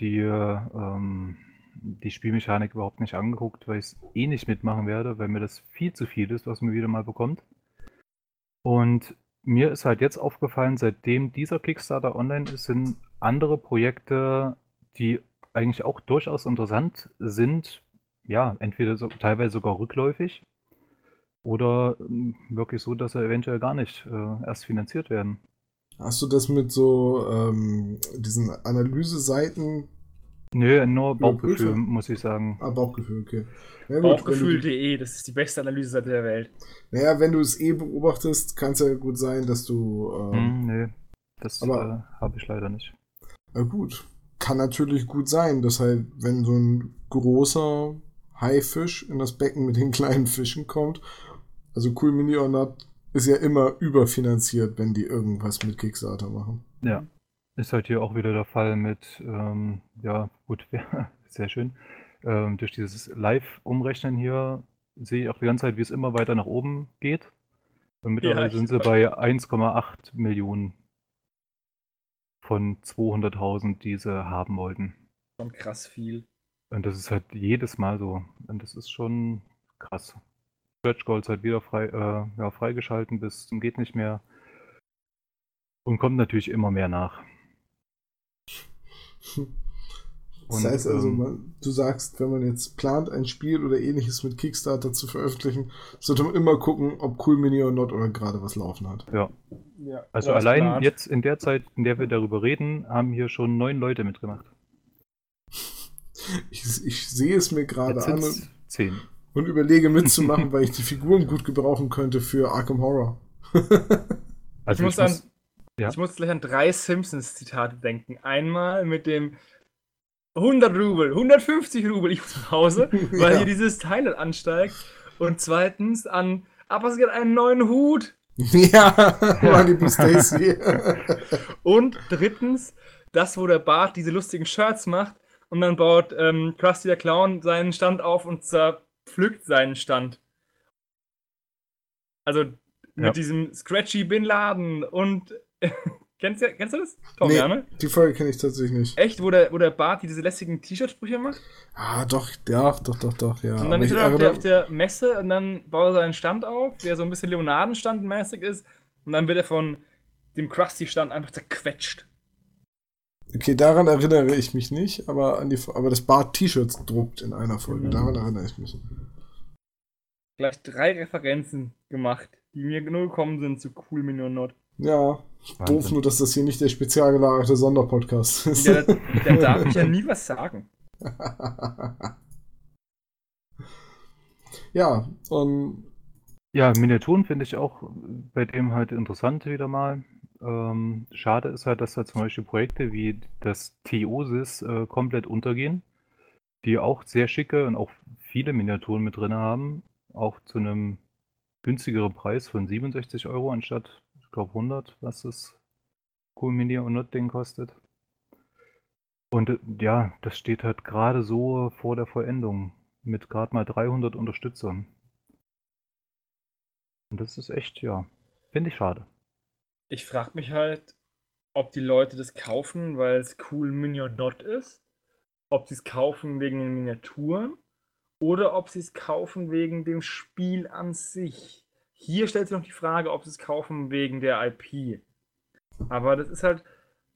die Spielmechanik überhaupt nicht angeguckt, weil ich es eh nicht mitmachen werde, weil mir das viel zu viel ist, was man wieder mal bekommt. Und mir ist halt jetzt aufgefallen, seitdem dieser Kickstarter online ist, sind andere Projekte, die eigentlich auch durchaus interessant sind, ja, entweder teilweise sogar rückläufig oder wirklich so, dass sie eventuell gar nicht erst finanziert werden. Hast du das mit so diesen Analyseseiten? Nö, nur Bauchgefühl, Prüfer? muss ich sagen. Bauchgefühl, okay. Ja, gut, Bauchgefühl.de, das ist die beste Analyseseite der Welt. Naja, wenn du es beobachtest, kann es ja gut sein, dass du. Nö, das aber- habe ich leider nicht. Na gut. Kann natürlich gut sein, dass halt, wenn so ein großer Haifisch in das Becken mit den kleinen Fischen kommt, also Cool Mini or Not ist ja immer überfinanziert, wenn die irgendwas mit Kickstarter machen. Ja, ist halt hier auch wieder der Fall mit, ja, gut, sehr schön. Durch dieses Live-Umrechnen hier sehe ich auch die ganze Zeit, wie es immer weiter nach oben geht. Und mittlerweile ich sind sie bei 1,8 Millionen von 200.000, die sie haben wollten. Schon krass viel. Und das ist halt jedes Mal so. Und das ist schon krass. Stretch Goals halt wieder freigeschalten bis zum geht nicht mehr. Und kommt natürlich immer mehr nach. Das heißt also, du sagst, wenn man jetzt plant, ein Spiel oder ähnliches mit Kickstarter zu veröffentlichen, sollte man immer gucken, ob Cool Mini or Not oder gerade was laufen hat. Ja. Ja, Also oder was allein plant. jetzt in der Zeit, in der wir darüber reden, haben hier schon 9 Leute mitgemacht. Ich sehe es mir gerade Jetzt an sind's 10. und überlege mitzumachen, weil ich die Figuren gut gebrauchen könnte für Arkham Horror. Also Ich ja. muss gleich an 3 Simpsons-Zitate denken. Einmal mit dem 100 Rubel, 150 Rubel, ich muss nach Hause, weil Ja. hier dieses Teil ansteigt. Und zweitens an, aber es gibt einen neuen Hut. Ja, Money B. Stacy. Und drittens, das, wo der Bart diese lustigen Shirts macht und dann baut Krusty der Clown seinen Stand auf und zerpflückt seinen Stand. Also mit Ja. diesem Scratchy Bin Laden und kennst du das? Tom, Nee, ja, ne? die Folge kenne ich tatsächlich nicht. Echt, wo der Bart diese lässigen T-Shirt-Sprüche macht? Ah, doch, ja, doch, ja. Und Aber dann ist ich er auf erinnere, der Messe und dann baut er einen Stand auf, der so ein bisschen Leonadenstandmäßig ist. Und dann wird er von dem Krusty-Stand einfach zerquetscht. okay, daran erinnere ich mich nicht, aber aber das Bart-T-Shirts druckt in einer Folge. Mhm. Daran erinnere ich mich. Gleich 3 Referenzen gemacht, die mir nur gekommen sind zu Cool Mini und Not. Ja, doof nur, dass das hier nicht der spezial gelagerte Sonderpodcast ist. Der darf ich ja nie was sagen. Ja, und Ja, Miniaturen finde ich auch bei dem halt interessant wieder mal. Schade ist halt, dass da zum Beispiel Projekte wie das Theosis komplett untergehen, die auch sehr schicke und auch viele Miniaturen mit drin haben, auch zu einem günstigeren Preis von 67 Euro anstatt, ich glaube, 100, was das Cool Mini und Not Ding kostet. Und ja, das steht halt gerade so vor der Vollendung mit gerade mal 300 Unterstützern. Und das ist echt, ja, finde ich schade. Ich frage mich halt, ob die Leute das kaufen, weil es Cool Mini und Not ist, ob sie es kaufen wegen den Miniaturen oder ob sie es kaufen wegen dem Spiel an sich. Hier stellt sich noch die Frage, ob sie es kaufen wegen der IP. Aber das ist halt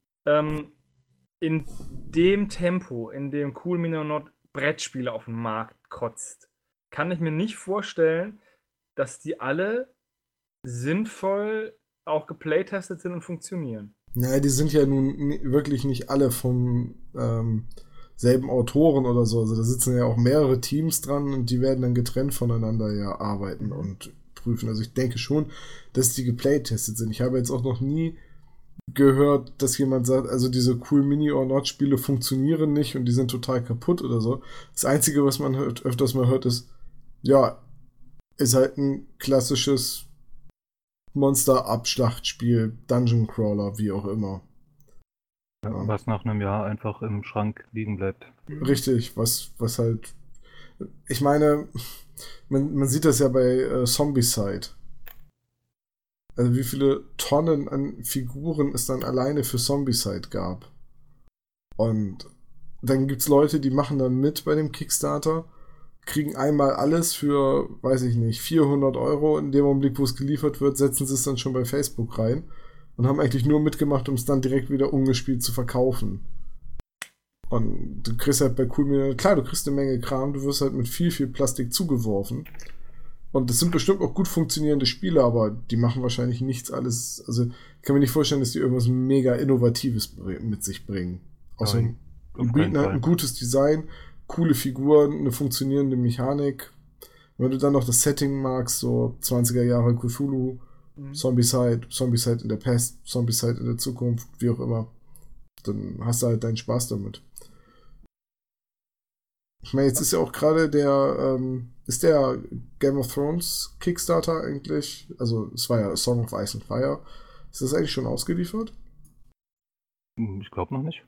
in dem Tempo, in dem Cool Mini und Not Brettspiele auf den Markt kotzt, kann ich mir nicht vorstellen, dass die alle sinnvoll auch geplaytestet sind und funktionieren. naja, die sind ja nun wirklich nicht alle vom selben Autoren oder so. Also da sitzen ja auch mehrere Teams dran und die werden dann getrennt voneinander ja arbeiten und prüfen. Also ich denke schon, dass die geplaytestet sind. Ich habe jetzt auch noch nie gehört, dass jemand sagt, also diese Cool Mini or Not Spiele funktionieren nicht und die sind total kaputt oder so. Das Einzige, was man öfters mal hört, ist, ja, ist halt ein klassisches Monster-Abschlachtspiel, Dungeon Crawler, wie auch immer. Ja. Was nach einem Jahr einfach im Schrank liegen bleibt. Richtig, was halt. Ich meine, man sieht das ja bei Zombicide. Also wie viele Tonnen an Figuren es dann alleine für Zombicide gab. Und dann gibt's Leute, die machen dann mit bei dem Kickstarter, kriegen einmal alles für, weiß ich nicht, 400 Euro. In dem Augenblick, wo es geliefert wird, setzen sie es dann schon bei Facebook rein und haben eigentlich nur mitgemacht, um es dann direkt wieder ungespielt zu verkaufen. Und du kriegst halt bei Cool Mini, klar, du kriegst eine Menge Kram, du wirst halt mit viel Plastik zugeworfen. Und das sind bestimmt auch gut funktionierende Spiele, aber die machen wahrscheinlich nichts alles. Also ich kann mir nicht vorstellen, dass die irgendwas mega Innovatives mit sich bringen. Außer Nein, auf bieten keinen halt Fall. ein gutes Design, coole Figuren, eine funktionierende Mechanik. Wenn du dann noch das Setting magst, so 20er Jahre Cthulhu, Zombicide in der Pest, Zombicide in der Zukunft, wie auch immer, dann hast du halt deinen Spaß damit. Ich meine, jetzt ist ja auch gerade ist der Game of Thrones Kickstarter eigentlich, also es war ja A Song of Ice and Fire, ist das eigentlich schon ausgeliefert? Ich glaube noch nicht.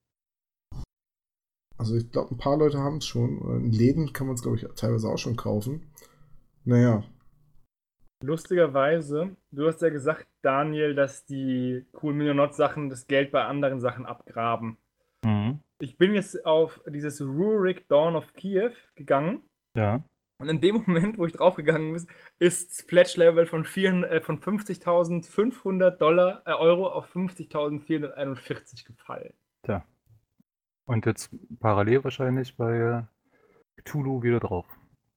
Also ich glaube, ein paar Leute haben es schon. In Läden kann man es, glaube ich, teilweise auch schon kaufen. Naja. Lustigerweise, du hast ja gesagt, Daniel, dass die Cool Mini und Not Sachen das Geld bei anderen Sachen abgraben. Mhm. Ich bin jetzt auf dieses Rurik Dawn of Kiev gegangen. Ja. Und in dem Moment, wo ich draufgegangen bin, ist das Pledge-Level von 50.500 Euro auf 50.441 gefallen. Tja. Und jetzt parallel wahrscheinlich bei Cthulhu wieder drauf.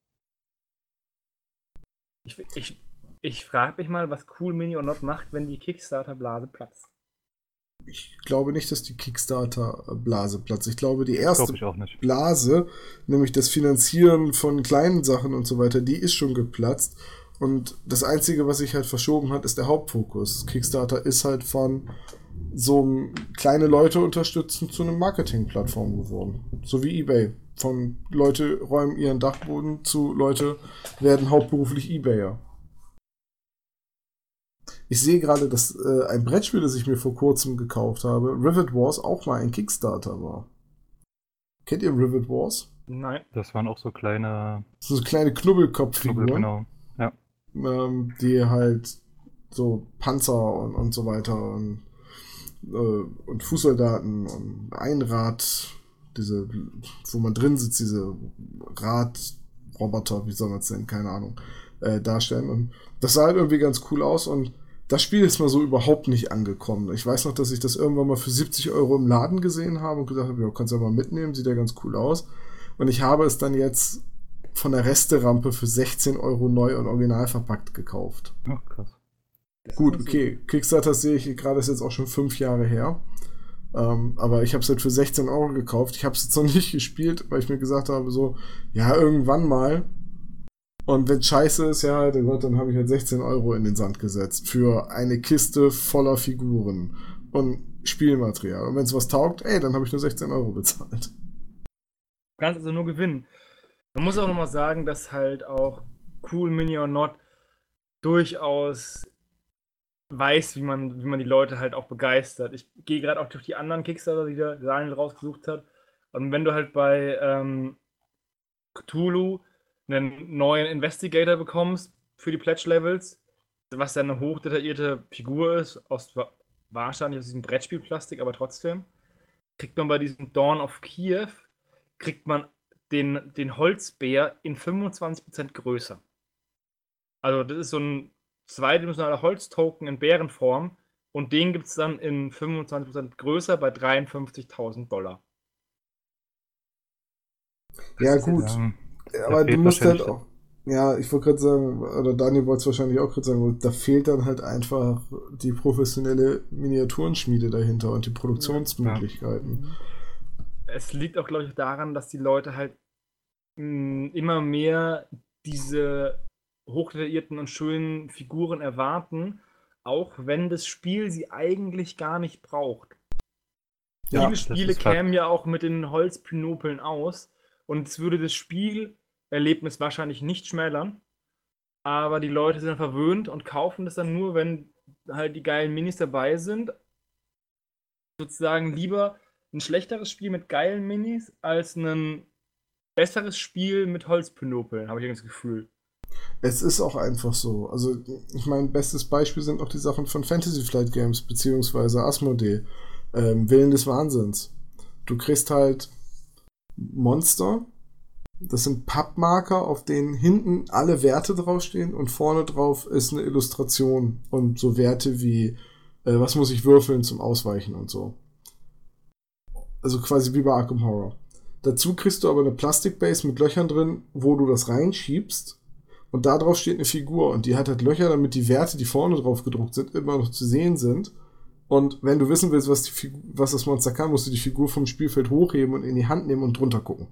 Ich frage mich mal, was Cool Mini or Not macht, wenn die Kickstarter-Blase platzt. Ich glaube nicht, dass die Kickstarter-Blase platzt. Ich glaube, die erste Glaube ich auch nicht. Blase, nämlich das Finanzieren von kleinen Sachen und so weiter, die ist schon geplatzt. Und das Einzige, was sich halt verschoben hat, ist der Hauptfokus. Kickstarter ist halt von so einem kleine Leute unterstützen zu einem Marketingplattform geworden. So wie eBay. Von Leute räumen ihren Dachboden zu Leute werden hauptberuflich eBayer. Ich sehe gerade, dass ein Brettspiel, das ich mir vor kurzem gekauft habe, Rivet Wars, auch mal ein Kickstarter war. Kennt ihr Rivet Wars? Nein. Das waren auch so kleine So kleine Knubbelkopffiguren. Knubbel, genau. Ja. die halt so Panzer und so weiter und Fußsoldaten und Einrad, diese, wo man drin sitzt, diese Radroboter, wie soll man es nennen, keine Ahnung, darstellen. Und das sah halt irgendwie ganz cool aus und das Spiel ist mal so überhaupt nicht angekommen. Ich weiß noch, dass ich das irgendwann mal für 70 Euro im Laden gesehen habe und gesagt habe, ja, kannst du ja mal mitnehmen, sieht ja ganz cool aus. Und ich habe es dann jetzt von der Resterampe für 16 Euro neu und original verpackt gekauft. Ach, krass. Gut, okay, Kickstarter sehe ich gerade, ist jetzt auch schon 5 Jahre her. Aber ich habe es halt für 16 Euro gekauft. Ich habe es jetzt noch nicht gespielt, weil ich mir gesagt habe, so, ja, irgendwann mal. Und wenn scheiße ist, ja, dann habe ich halt 16 Euro in den Sand gesetzt für eine Kiste voller Figuren und Spielmaterial. Und wenn es was taugt, ey, dann habe ich nur 16 Euro bezahlt. Du kannst also nur gewinnen. Man muss auch nochmal sagen, dass halt auch Cool Mini or Not durchaus weiß, wie man die Leute halt auch begeistert. Ich gehe gerade auch durch die anderen Kickstarter, die der Daniel rausgesucht hat. Und wenn du halt bei Cthulhu einen neuen Investigator bekommst für die Pledge-Levels, was ja eine hochdetaillierte Figur ist, wahrscheinlich aus diesem Brettspielplastik, aber trotzdem, kriegt man bei diesem Dawn of Kiev, kriegt man den Holzbär in 25% größer. Also das ist so ein zweidimensionaler Holztoken in Bärenform und den gibt es dann in 25% größer bei $53.000. Ja, ist gut. Ja, Aber fehlt du musst halt wahrscheinlich auch. Ja, ich wollte gerade sagen, oder Daniel wollte es wahrscheinlich auch gerade sagen, da fehlt dann halt einfach die professionelle Miniaturenschmiede dahinter und die Produktionsmöglichkeiten. Es liegt auch, glaube ich, daran, dass die Leute halt immer mehr diese hochdetaillierten und schönen Figuren erwarten, auch wenn das Spiel sie eigentlich gar nicht braucht. Ja, Viele das Spiele ist Fakt. kämen ja auch mit den Holzpinopeln aus und es würde das Spielerlebnis wahrscheinlich nicht schmälern, aber die Leute sind verwöhnt und kaufen das dann nur, wenn halt die geilen Minis dabei sind. Sozusagen lieber ein schlechteres Spiel mit geilen Minis als ein besseres Spiel mit Holzpinopeln, habe ich irgendwie das Gefühl. Es ist auch einfach so. Also, ich meine, bestes Beispiel sind auch die Sachen von Fantasy Flight Games, beziehungsweise Asmodee. Willen des Wahnsinns. Du kriegst halt Monster. Das sind Pappmarker, auf denen hinten alle Werte draufstehen und vorne drauf ist eine Illustration und so Werte wie, was muss ich würfeln zum Ausweichen und so. Also quasi wie bei Arkham Horror. Dazu kriegst du aber eine Plastikbase mit Löchern drin, wo du das reinschiebst und da drauf steht eine Figur und die hat halt Löcher, damit die Werte, die vorne drauf gedruckt sind, immer noch zu sehen sind. Und wenn du wissen willst, was das Monster kann, musst du die Figur vom Spielfeld hochheben und in die Hand nehmen und drunter gucken.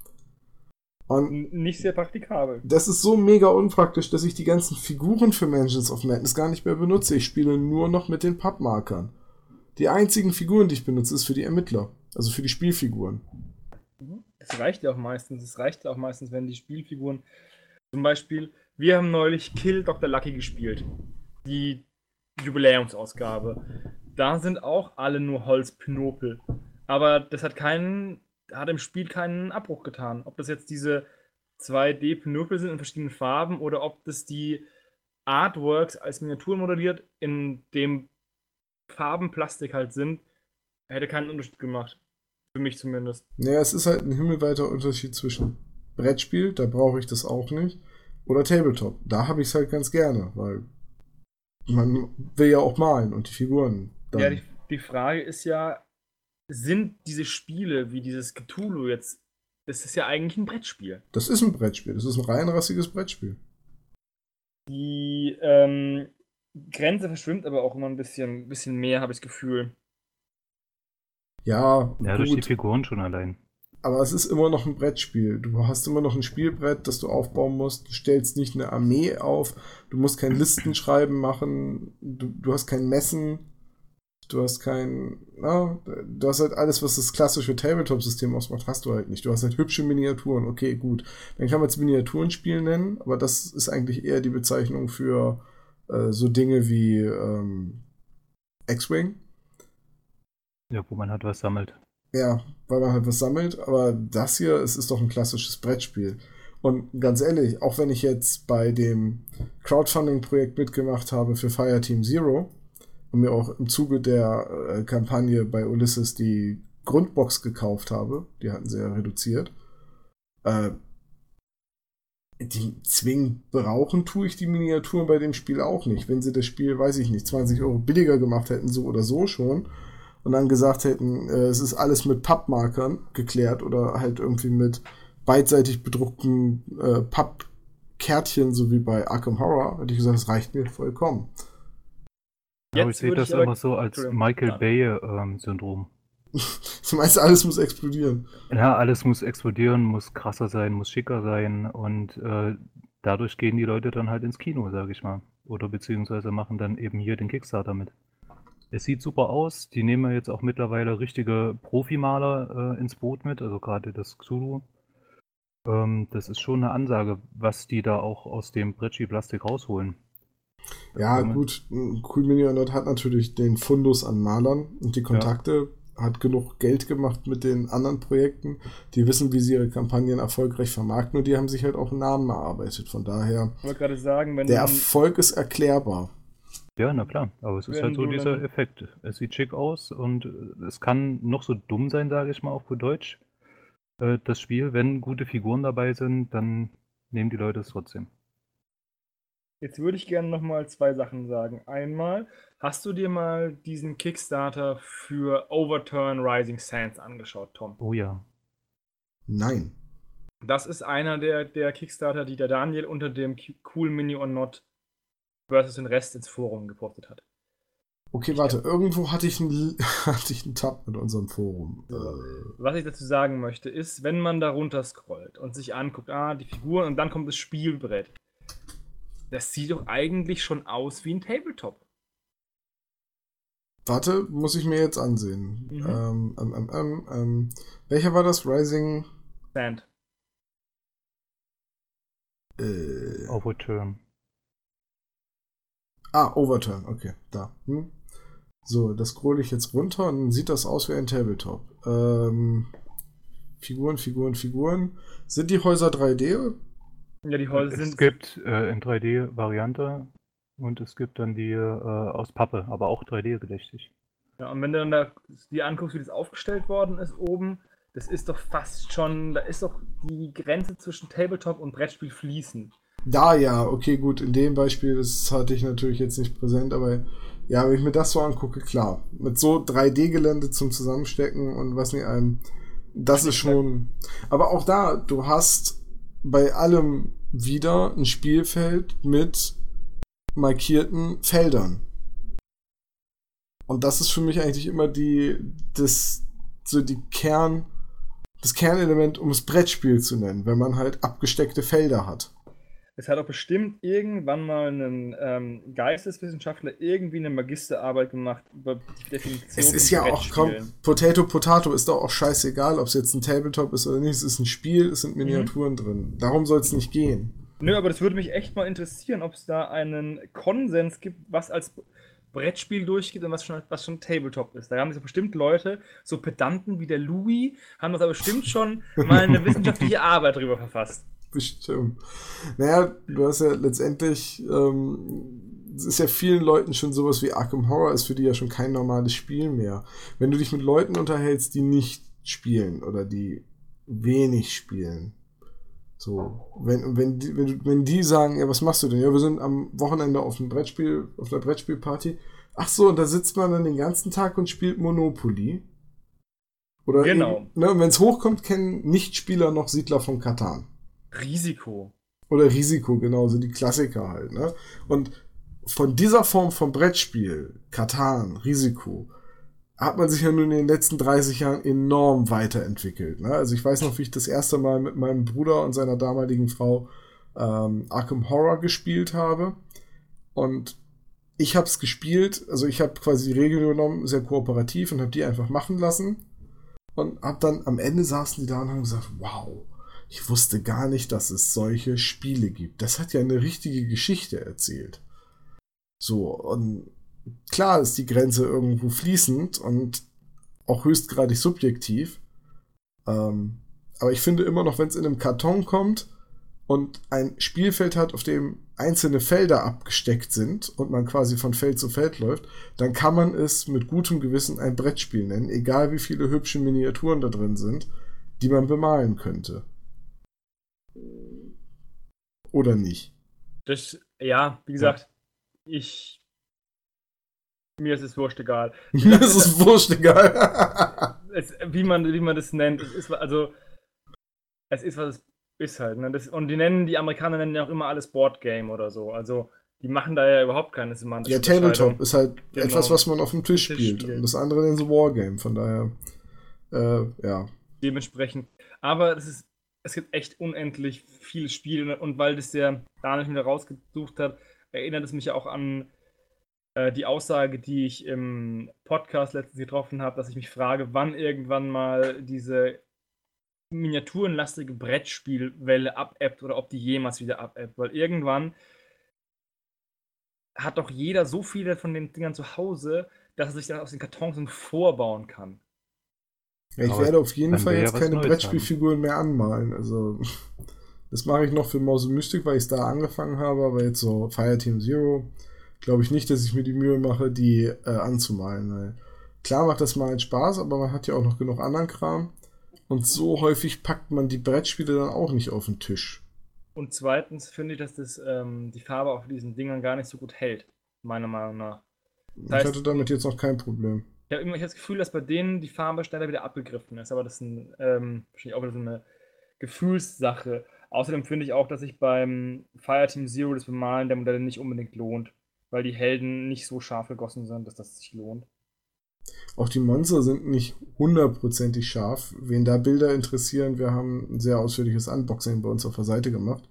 Und Nicht sehr praktikabel. das ist so mega unpraktisch, dass ich die ganzen Figuren für Mansions of Madness gar nicht mehr benutze. Ich spiele nur noch mit den Pappmarkern. Die einzigen Figuren, die ich benutze, ist für die Ermittler. Also für die Spielfiguren. Das reicht ja auch meistens. Es reicht ja auch meistens, wenn die Spielfiguren. Zum Beispiel, wir haben neulich Kill Dr. Lucky gespielt. Die Jubiläumsausgabe. Da sind auch alle nur Holzpinopel. Aber das hat im Spiel keinen Abbruch getan. Ob das jetzt diese 2D-Pinopel sind in verschiedenen Farben oder ob das die Artworks als Miniaturen modelliert, in dem Farben Plastik halt sind, hätte keinen Unterschied gemacht. Für mich zumindest. Naja, es ist halt ein himmelweiter Unterschied zwischen Brettspiel, da brauche ich das auch nicht, oder Tabletop. Da habe ich es halt ganz gerne, weil man will ja auch malen und die Figuren dann. Ja, die Frage ist ja, sind diese Spiele wie dieses Cthulhu jetzt, das ist ja eigentlich ein Brettspiel. Das ist ein Brettspiel, das ist ein reinrassiges Brettspiel. Die Grenze verschwimmt aber auch immer ein bisschen mehr, habe ich das Gefühl. Ja, Ja, durch die gut, Figuren schon allein. aber es ist immer noch ein Brettspiel. Du hast immer noch ein Spielbrett, das du aufbauen musst. Du stellst nicht eine Armee auf. Du musst kein Listenschreiben machen. Du hast kein Messen. Du hast du hast halt alles, was das klassische Tabletop-System ausmacht, hast du halt nicht. Du hast halt hübsche Miniaturen. Okay, gut. Dann kann man es Miniaturenspiel nennen, aber das ist eigentlich eher die Bezeichnung für so Dinge wie X-Wing. Ja, wo man halt was sammelt. Ja, weil man halt was sammelt, aber das hier, es ist doch ein klassisches Brettspiel. Und ganz ehrlich, auch wenn ich jetzt bei dem Crowdfunding-Projekt mitgemacht habe für Fireteam Zero und mir auch im Zuge der Kampagne bei Ulysses die Grundbox gekauft habe, die hatten sie ja reduziert, die zwingend brauchen tue ich die Miniaturen bei dem Spiel auch nicht. Wenn sie das Spiel, weiß ich nicht, 20 Euro billiger gemacht hätten, so oder so schon, und dann gesagt hätten, es ist alles mit Pappmarkern geklärt oder halt irgendwie mit beidseitig bedruckten Pappkärtchen, so wie bei Arkham Horror, hätte ich gesagt, das reicht mir vollkommen. Aber ich sehe das immer so als Michael Bay-Syndrom. Du meinst, alles muss explodieren? Ja, alles muss explodieren, muss krasser sein, muss schicker sein und dadurch gehen die Leute dann halt ins Kino, sage ich mal. Oder beziehungsweise machen dann eben hier den Kickstarter mit. Es sieht super aus, die nehmen jetzt auch mittlerweile richtige Profimaler ins Boot mit, also gerade das Cthulhu. Das ist schon eine Ansage, was die da auch aus dem Brettspiel-Plastik rausholen. Ja, gut, Cool Mini or Not hat natürlich den Fundus an Malern und die Kontakte, hat genug Geld gemacht mit den anderen Projekten. Die wissen, wie sie ihre Kampagnen erfolgreich vermarkten und die haben sich halt auch einen Namen erarbeitet. Von daher, ich wollte gerade sagen, wenn der Erfolg ist erklärbar. Ja, na klar, aber es ist halt so dieser Effekt. Es sieht schick aus und es kann noch so dumm sein, sage ich mal, auf gut Deutsch. Das Spiel, wenn gute Figuren dabei sind, dann nehmen die Leute es trotzdem. Jetzt würde ich gerne nochmal 2 Sachen sagen. Einmal, hast du dir mal diesen Kickstarter für Overturn Rising Sands angeschaut, Tom? Oh ja. Nein. Das ist einer der Kickstarter, die der Daniel unter dem Cool Mini or Not versus den Rest ins Forum gepostet hat. Okay, warte, irgendwo hatte ich einen Tab mit unserem Forum. Was ich dazu sagen möchte, ist, wenn man da runter scrollt und sich anguckt, die Figuren und dann kommt das Spielbrett. Das sieht doch eigentlich schon aus wie ein Tabletop. Warte, muss ich mir jetzt ansehen. Welcher war das? Rising Sand. Overturn. Overturn, okay, da. So, das scroll ich jetzt runter und dann sieht das aus wie ein Tabletop. Figuren. Sind die Häuser 3D? Ja, die Häuser sind. Es gibt in 3D-Variante und es gibt dann die aus Pappe, aber auch 3D-gedächtig. Ja, und wenn du dann da dir anguckst, wie das aufgestellt worden ist oben, das ist doch fast schon, da ist doch die Grenze zwischen Tabletop und Brettspiel fließend. Da ja, okay, gut, in dem Beispiel, das hatte ich natürlich jetzt nicht präsent, aber ja, wenn ich mir das so angucke, klar, mit so 3D-Gelände zum Zusammenstecken und was nicht einem, das ist schon, aber auch da, du hast bei allem wieder ein Spielfeld mit markierten Feldern. Und das ist für mich eigentlich immer das Kernelement, um es Brettspiel zu nennen, wenn man halt abgesteckte Felder hat. Es hat auch bestimmt irgendwann mal ein Geisteswissenschaftler irgendwie eine Magisterarbeit gemacht über die Definition. Es ist ja auch, Potato ist doch auch scheißegal, ob es jetzt ein Tabletop ist oder nicht. Es ist ein Spiel, es sind Miniaturen drin. Darum soll es nicht gehen. Nö, aber das würde mich echt mal interessieren, ob es da einen Konsens gibt, was als Brettspiel durchgeht und was schon Tabletop ist. Da haben sich bestimmt Leute, so Pedanten wie der Louis, haben das aber bestimmt schon mal eine wissenschaftliche Arbeit drüber verfasst. Bestimmt. Naja, du hast ja letztendlich, es ist ja vielen Leuten schon sowas wie Arkham Horror, ist für die ja schon kein normales Spiel mehr. Wenn du dich mit Leuten unterhältst, die nicht spielen oder die wenig spielen, so, wenn die sagen, ja, was machst du denn? Ja, wir sind am Wochenende auf einer Brettspielparty. Ach so, und da sitzt man dann den ganzen Tag und spielt Monopoly. Oder genau. Wenn es hochkommt, kennen Nichtspieler noch Siedler von Catan. Risiko. Oder Risiko, genau, so die Klassiker halt, ne? Und von dieser Form von Brettspiel, Catan, Risiko, hat man sich ja nun in den letzten 30 Jahren enorm weiterentwickelt, ne? Also ich weiß noch, wie ich das erste Mal mit meinem Bruder und seiner damaligen Frau Arkham Horror gespielt habe. Und ich habe es gespielt, also ich habe quasi die Regeln genommen, sehr kooperativ und habe die einfach machen lassen. Und habe dann am Ende saßen die da und haben gesagt, wow, ich wusste gar nicht, dass es solche Spiele gibt. Das hat ja eine richtige Geschichte erzählt. So, und klar ist die Grenze irgendwo fließend und auch höchstgradig subjektiv. Aber ich finde immer noch, wenn es in einem Karton kommt, und ein Spielfeld hat, auf dem einzelne Felder abgesteckt sind und man quasi von Feld zu Feld läuft, dann kann man es mit gutem Gewissen ein Brettspiel nennen, egal wie viele hübsche Miniaturen da drin sind, die man bemalen könnte. Oder nicht? Ja, wie gesagt, mir ist es wurscht egal. Mir ist es wurscht egal. Wie man das nennt, es ist, was es ist halt. Ne? Und die Amerikaner nennen ja auch immer alles Boardgame oder so. Also die machen da ja überhaupt keine semantische Tabletop Unterscheidung. ist halt Genau. etwas, was man auf dem Tisch spielt. Und das andere nennen sie Wargame, von daher, ja. Dementsprechend. Aber es gibt echt unendlich viele Spiele und weil das der Daniel wieder rausgesucht hat, erinnert es mich ja auch an die Aussage, die ich im Podcast letztens getroffen habe, dass ich mich frage, wann irgendwann mal diese miniaturenlastige Brettspielwelle abebbt oder ob die jemals wieder abebbt. Weil irgendwann hat doch jeder so viele von den Dingern zu Hause, dass er sich dann aus den Kartons vorbauen kann. Ja, ich werde auf jeden Fall jetzt keine Brettspielfiguren mehr anmalen. Also, das mache ich noch für Maus und Mystik, weil ich es da angefangen habe, aber jetzt so Fireteam Zero glaube ich nicht, dass ich mir die Mühe mache, die anzumalen. Weil klar macht das mal Spaß, aber man hat ja auch noch genug anderen Kram. Und so häufig packt man die Brettspiele dann auch nicht auf den Tisch. Und zweitens finde ich, dass die Farbe auf diesen Dingern gar nicht so gut hält, meiner Meinung nach. Ich hatte damit jetzt noch kein Problem. Ich habe immer das Gefühl, dass bei denen die Farbe schneller wieder abgegriffen ist, aber das ist wahrscheinlich auch wieder so eine Gefühlssache. Außerdem finde ich auch, dass sich beim Fireteam Zero das Bemalen der Modelle nicht unbedingt lohnt, weil die Helden nicht so scharf gegossen sind, dass das sich lohnt. Auch die Monster sind nicht hundertprozentig scharf. Wen da Bilder interessieren, wir haben ein sehr ausführliches Unboxing bei uns auf der Seite gemacht.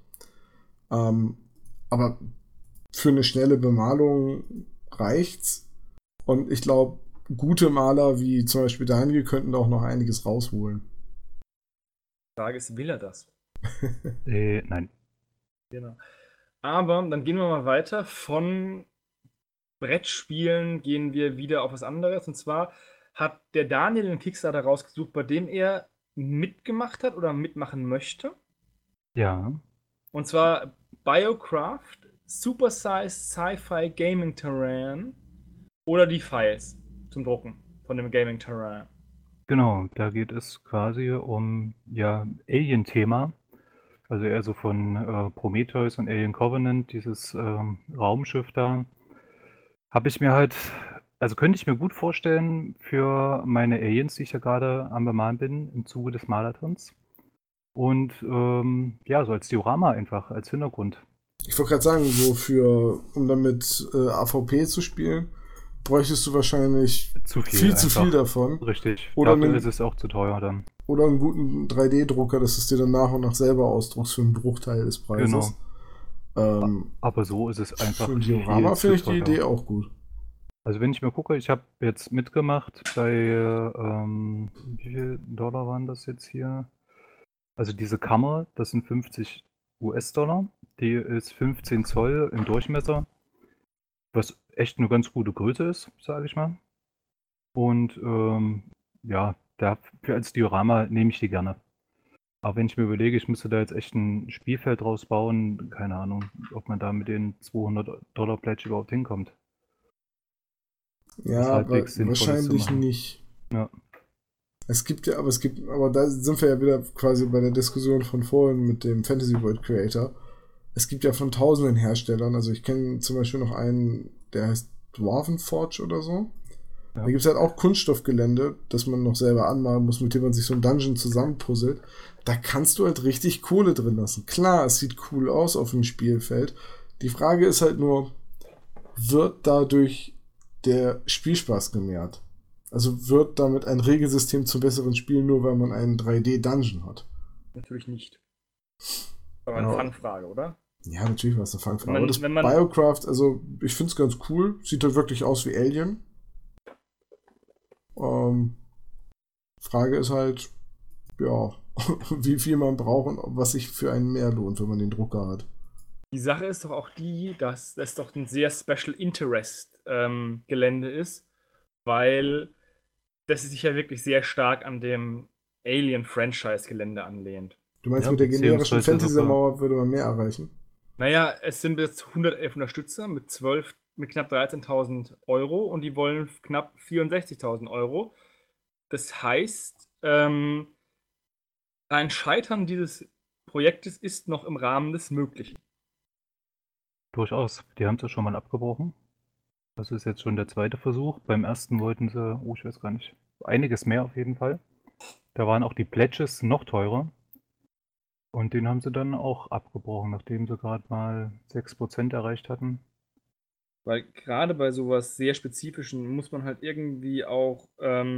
Aber für eine schnelle Bemalung reicht's. Und ich glaube, gute Maler wie zum Beispiel Daniel könnten da auch noch einiges rausholen. Die Frage ist, will er das? Nein. Genau. Aber dann gehen wir mal weiter. Von Brettspielen gehen wir wieder auf was anderes. Und zwar hat der Daniel einen Kickstarter rausgesucht, bei dem er mitgemacht hat oder mitmachen möchte. Ja. Und zwar Biocraft, Supersized Sci-Fi Gaming Terrain oder die Files zum Drucken von dem Gaming Terrain. Genau, da geht es quasi um Alien-Thema. Also eher so von Prometheus und Alien Covenant, dieses Raumschiff da. Könnte ich mir gut vorstellen für meine Aliens, die ich ja gerade am Bemalen bin, im Zuge des Marathons. Und so als Diorama einfach, als Hintergrund. Ich wollte gerade sagen, um damit AVP zu spielen, bräuchtest du wahrscheinlich viel zu viel davon. Richtig, oder dafür ist es auch zu teuer dann. Oder einen guten 3D-Drucker, dass du es dir dann nach und nach selber ausdruckst für einen Bruchteil des Preises. Genau. Aber so ist es einfach. Für ein Diorama finde ich die Idee auch gut. Also wenn ich mir gucke, ich habe jetzt mitgemacht bei, wie viel Dollar waren das jetzt hier? Also diese Kammer, das sind 50 US-Dollar. Die ist 15 Zoll im Durchmesser, was echt eine ganz gute Größe ist, sage ich mal. Und dafür als Diorama nehme ich die gerne. Aber wenn ich mir überlege, ich müsste da jetzt echt ein Spielfeld draus bauen, keine Ahnung, ob man da mit den 200 $ Pledge überhaupt hinkommt. Ja, aber wahrscheinlich nicht. Ja. Aber da sind wir ja wieder quasi bei der Diskussion von vorhin mit dem Fantasy World Creator. Es gibt ja von tausenden Herstellern, also ich kenne zum Beispiel noch einen, der heißt Dwarvenforge oder so. Ja. Da gibt es halt auch Kunststoffgelände, das man noch selber anmalen muss, mit dem man sich so ein Dungeon zusammenpuzzelt. Da kannst du halt richtig Kohle drin lassen. Klar, es sieht cool aus auf dem Spielfeld. Die Frage ist halt nur, wird dadurch der Spielspaß gemehrt? Also wird damit ein Regelsystem zum besseren Spiel, nur weil man einen 3D-Dungeon hat? Natürlich nicht. Aber eine Fangfrage, oder? Ja, natürlich war es eine Fangfrage. Aber das Biocraft, also ich finde es ganz cool. Sieht halt wirklich aus wie Alien. Frage ist halt, ja, wie viel man braucht und was sich für einen mehr lohnt, wenn man den Drucker hat. Die Sache ist doch auch die, dass das doch ein sehr Special Interest Gelände ist, weil das sich ja wirklich sehr stark an dem Alien-Franchise-Gelände anlehnt. Du meinst, Ja, mit der generischen beziehungsweise Fantasy-Mauer würde man mehr erreichen? Naja, es sind jetzt 111 Unterstützer mit knapp 13.000 Euro und die wollen knapp 64.000 Euro. Das heißt, ein Scheitern dieses Projektes ist noch im Rahmen des Möglichen. durchaus. Die haben es ja schon mal abgebrochen. Das ist jetzt schon der zweite Versuch. Beim ersten wollten sie, ich weiß gar nicht, einiges mehr auf jeden Fall. Da waren auch die Pledges noch teurer. Und den haben sie dann auch abgebrochen, nachdem sie gerade mal 6% erreicht hatten. Weil gerade bei sowas sehr Spezifischen muss man halt irgendwie auch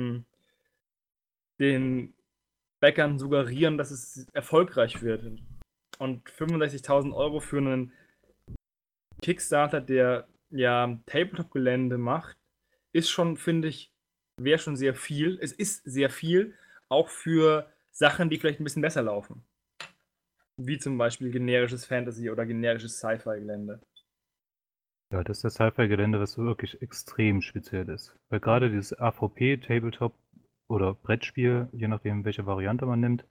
den Bäckern suggerieren, dass es erfolgreich wird. Und 65.000 Euro für einen Kickstarter, der ja Tabletop-Gelände macht, ist schon, finde ich, wäre schon sehr viel. Es ist sehr viel, auch für Sachen, die vielleicht ein bisschen besser laufen. Wie zum Beispiel generisches Fantasy oder generisches Sci-Fi-Gelände. Ja, das ist das Sci-Fi-Gelände, was wirklich extrem speziell ist. Weil gerade dieses AVP, Tabletop oder Brettspiel, je nachdem, welche Variante man nimmt,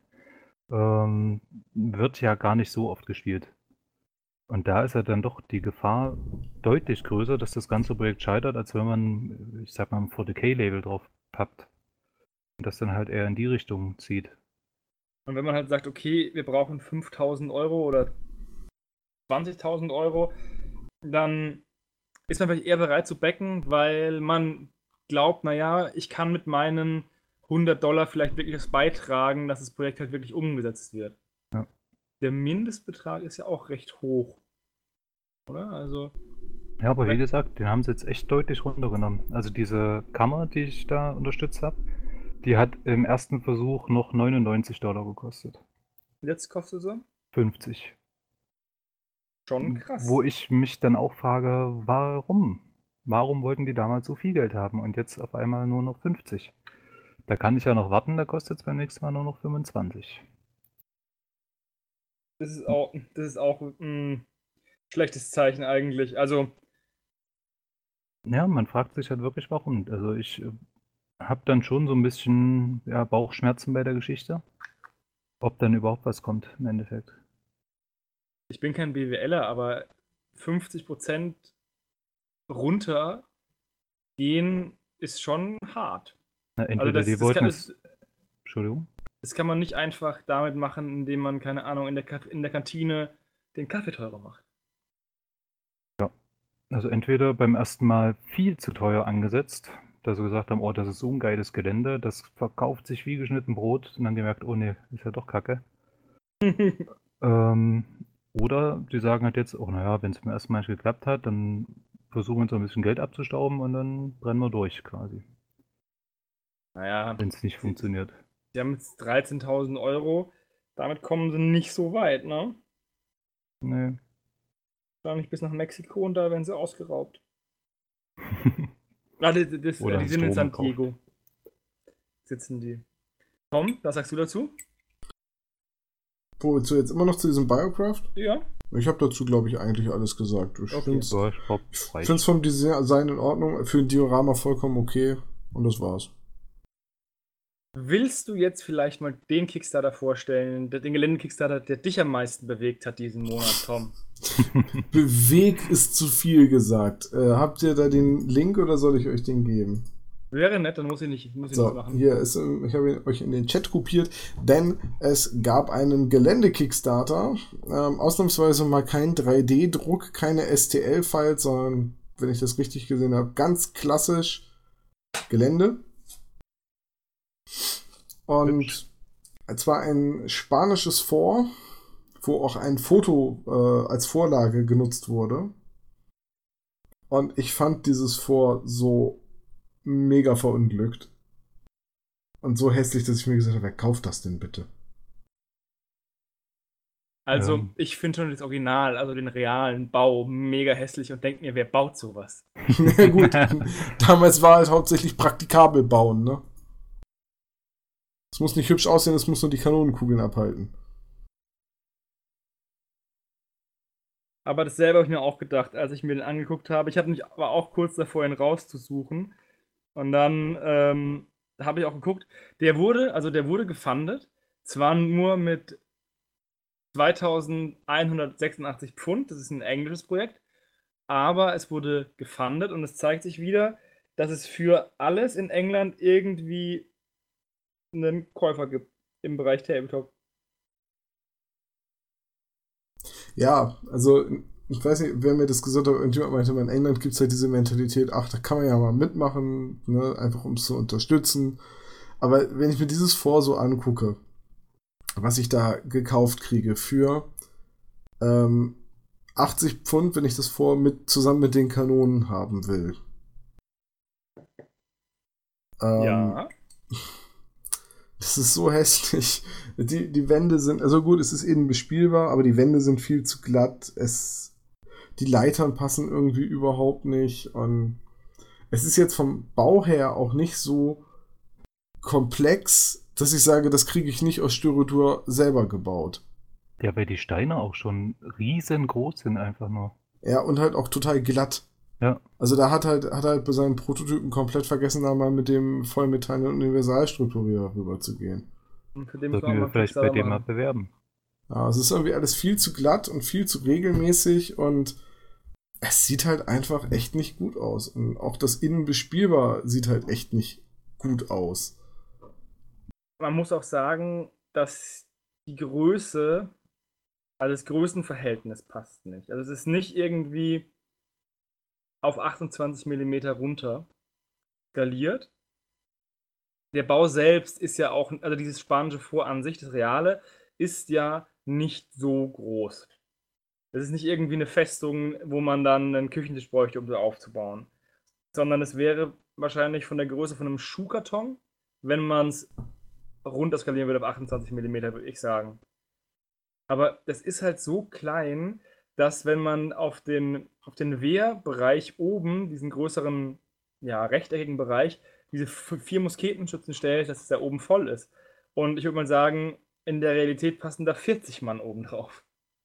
wird ja gar nicht so oft gespielt. Und da ist ja dann doch die Gefahr deutlich größer, dass das ganze Projekt scheitert, als wenn man, ich sag mal, ein 40k-Label drauf pappt. Und das dann halt eher in die Richtung zieht. Und wenn man halt sagt, okay, wir brauchen 5.000 Euro oder 20.000 Euro, dann ist man vielleicht eher bereit zu backen, weil man glaubt, naja, ich kann mit meinen $100 vielleicht wirklich was beitragen, dass das Projekt halt wirklich umgesetzt wird. Ja. Der Mindestbetrag ist ja auch recht hoch. Oder? Also. Ja, aber wie gesagt, den haben sie jetzt echt deutlich runtergenommen. Also diese Kammer, die ich da unterstützt habe, die hat im ersten Versuch noch $99 gekostet. Jetzt kostet sie 50. schon krass. Wo ich mich dann auch frage, warum? Warum wollten die damals so viel Geld haben und jetzt auf einmal nur noch 50? Da kann ich ja noch warten, da kostet es beim nächsten Mal nur noch 25. Das ist auch ein schlechtes Zeichen eigentlich. Also, Ja, man fragt sich halt wirklich, warum. Also ich habe dann schon so ein bisschen Bauchschmerzen bei der Geschichte, ob dann überhaupt was kommt im Endeffekt. ich bin kein BWLer, aber 50% runter gehen ist schon hart. Na, Also entweder die wollten es. das Entschuldigung. kann man nicht einfach damit machen, indem man, keine Ahnung, in der Kantine den Kaffee teurer macht. Also entweder beim ersten Mal viel zu teuer angesetzt, dass sie gesagt haben, oh, das ist so ein geiles Gelände, das verkauft sich wie geschnitten Brot und dann gemerkt, oh nee, ist ja doch kacke. Oder die sagen halt jetzt, oh naja, wenn es beim ersten Mal nicht geklappt hat, dann versuchen wir uns ein bisschen Geld abzustauben und dann brennen wir durch quasi, Naja, wenn es nicht funktioniert. die haben jetzt 13.000 Euro. Damit kommen sie nicht so weit, ne? Nee. Wahrscheinlich bis nach Mexiko und da werden sie ausgeraubt. Ah, die Oder sind in San Strom gekauft. Diego. Sitzen die. Tom, was sagst du dazu? Wozu jetzt immer noch zu diesem Biocraft? Ja. Ich habe dazu, glaube ich, eigentlich alles gesagt. Ich Okay. finde es Ja, ich glaub, das reicht. vom Design in Ordnung, für ein Diorama vollkommen okay und das war's. Willst du jetzt vielleicht mal den Kickstarter vorstellen, den Gelände-Kickstarter, der dich am meisten bewegt hat diesen Monat, Tom? Bewegt ist zu viel gesagt. Habt ihr da den Link oder soll ich euch den geben? Wäre nett, dann muss ich nicht So, machen. hier ist, ich habe euch in den Chat kopiert, denn es gab einen Gelände-Kickstarter. Ausnahmsweise mal kein 3D-Druck, keine STL-Files, sondern, wenn ich das richtig gesehen habe, ganz klassisch Gelände. Und es war ein spanisches Fort, wo auch ein Foto als Vorlage genutzt wurde. Und ich fand dieses Fort so mega verunglückt. Und so hässlich, dass ich mir gesagt habe, wer kauft das denn bitte? Also, ich finde schon das Original, also den realen Bau, mega hässlich und denke mir, wer baut sowas? Na gut, damals war halt hauptsächlich praktikabel bauen, ne? Es muss nicht hübsch aussehen, es muss nur die Kanonenkugeln abhalten. Aber dasselbe habe ich mir auch gedacht, als ich mir den angeguckt habe. Ich hatte mich aber auch kurz davor, ihn rauszusuchen. Und dann habe ich auch geguckt, der wurde gefundet, zwar nur mit 2186 Pfund. Das ist ein englisches Projekt. Aber es wurde gefundet und es zeigt sich wieder, dass es für alles in England irgendwie einen Käufer gibt im Bereich Tabletop. Ja, also ich weiß nicht, wer mir das gesagt hat, irgendjemand meinte, in England gibt es halt diese Mentalität, ach, da kann man ja mal mitmachen, ne, einfach um es zu unterstützen. Aber wenn ich mir dieses Fort so angucke, was ich da gekauft kriege für 80 Pfund, wenn ich das Fort zusammen mit den Kanonen haben will. Ja. Das ist so hässlich. Die Wände sind, also gut, es ist innen bespielbar, aber die Wände sind viel zu glatt. Die Leitern passen irgendwie überhaupt nicht. Und es ist jetzt vom Bau her auch nicht so komplex, dass ich sage, das kriege ich nicht aus Styrodur selber gebaut. Ja, weil die Steine auch schon riesengroß sind einfach nur. Ja, und halt auch total glatt. Ja. Also da hat halt bei seinen Prototypen komplett vergessen, da mal mit dem Vollmetall- und Universalstrukturierer rüber zu gehen. Und für den Sollten wir vielleicht bei dem mal bewerben. Ja, es ist irgendwie alles viel zu glatt und viel zu regelmäßig und es sieht halt einfach echt nicht gut aus. Und auch das Innen bespielbar sieht halt echt nicht gut aus. Man muss auch sagen, dass die Größe, also das Größenverhältnis passt nicht. Also es ist nicht irgendwie auf 28 mm runter skaliert. Der Bau selbst ist ja auch, also dieses spanische Fort an sich, das Reale, ist ja nicht so groß. Es ist nicht irgendwie eine Festung, wo man dann einen Küchentisch bräuchte, um sie aufzubauen. Sondern es wäre wahrscheinlich von der Größe von einem Schuhkarton, wenn man es runter skalieren würde auf 28 mm, würde ich sagen. Aber das ist halt so klein, dass wenn man auf den Wehrbereich oben, diesen größeren, ja, rechteckigen Bereich, diese 4 Musketenschützen stellt, dass es da oben voll ist. Und ich würde mal sagen, in der Realität passen da 40 Mann oben drauf.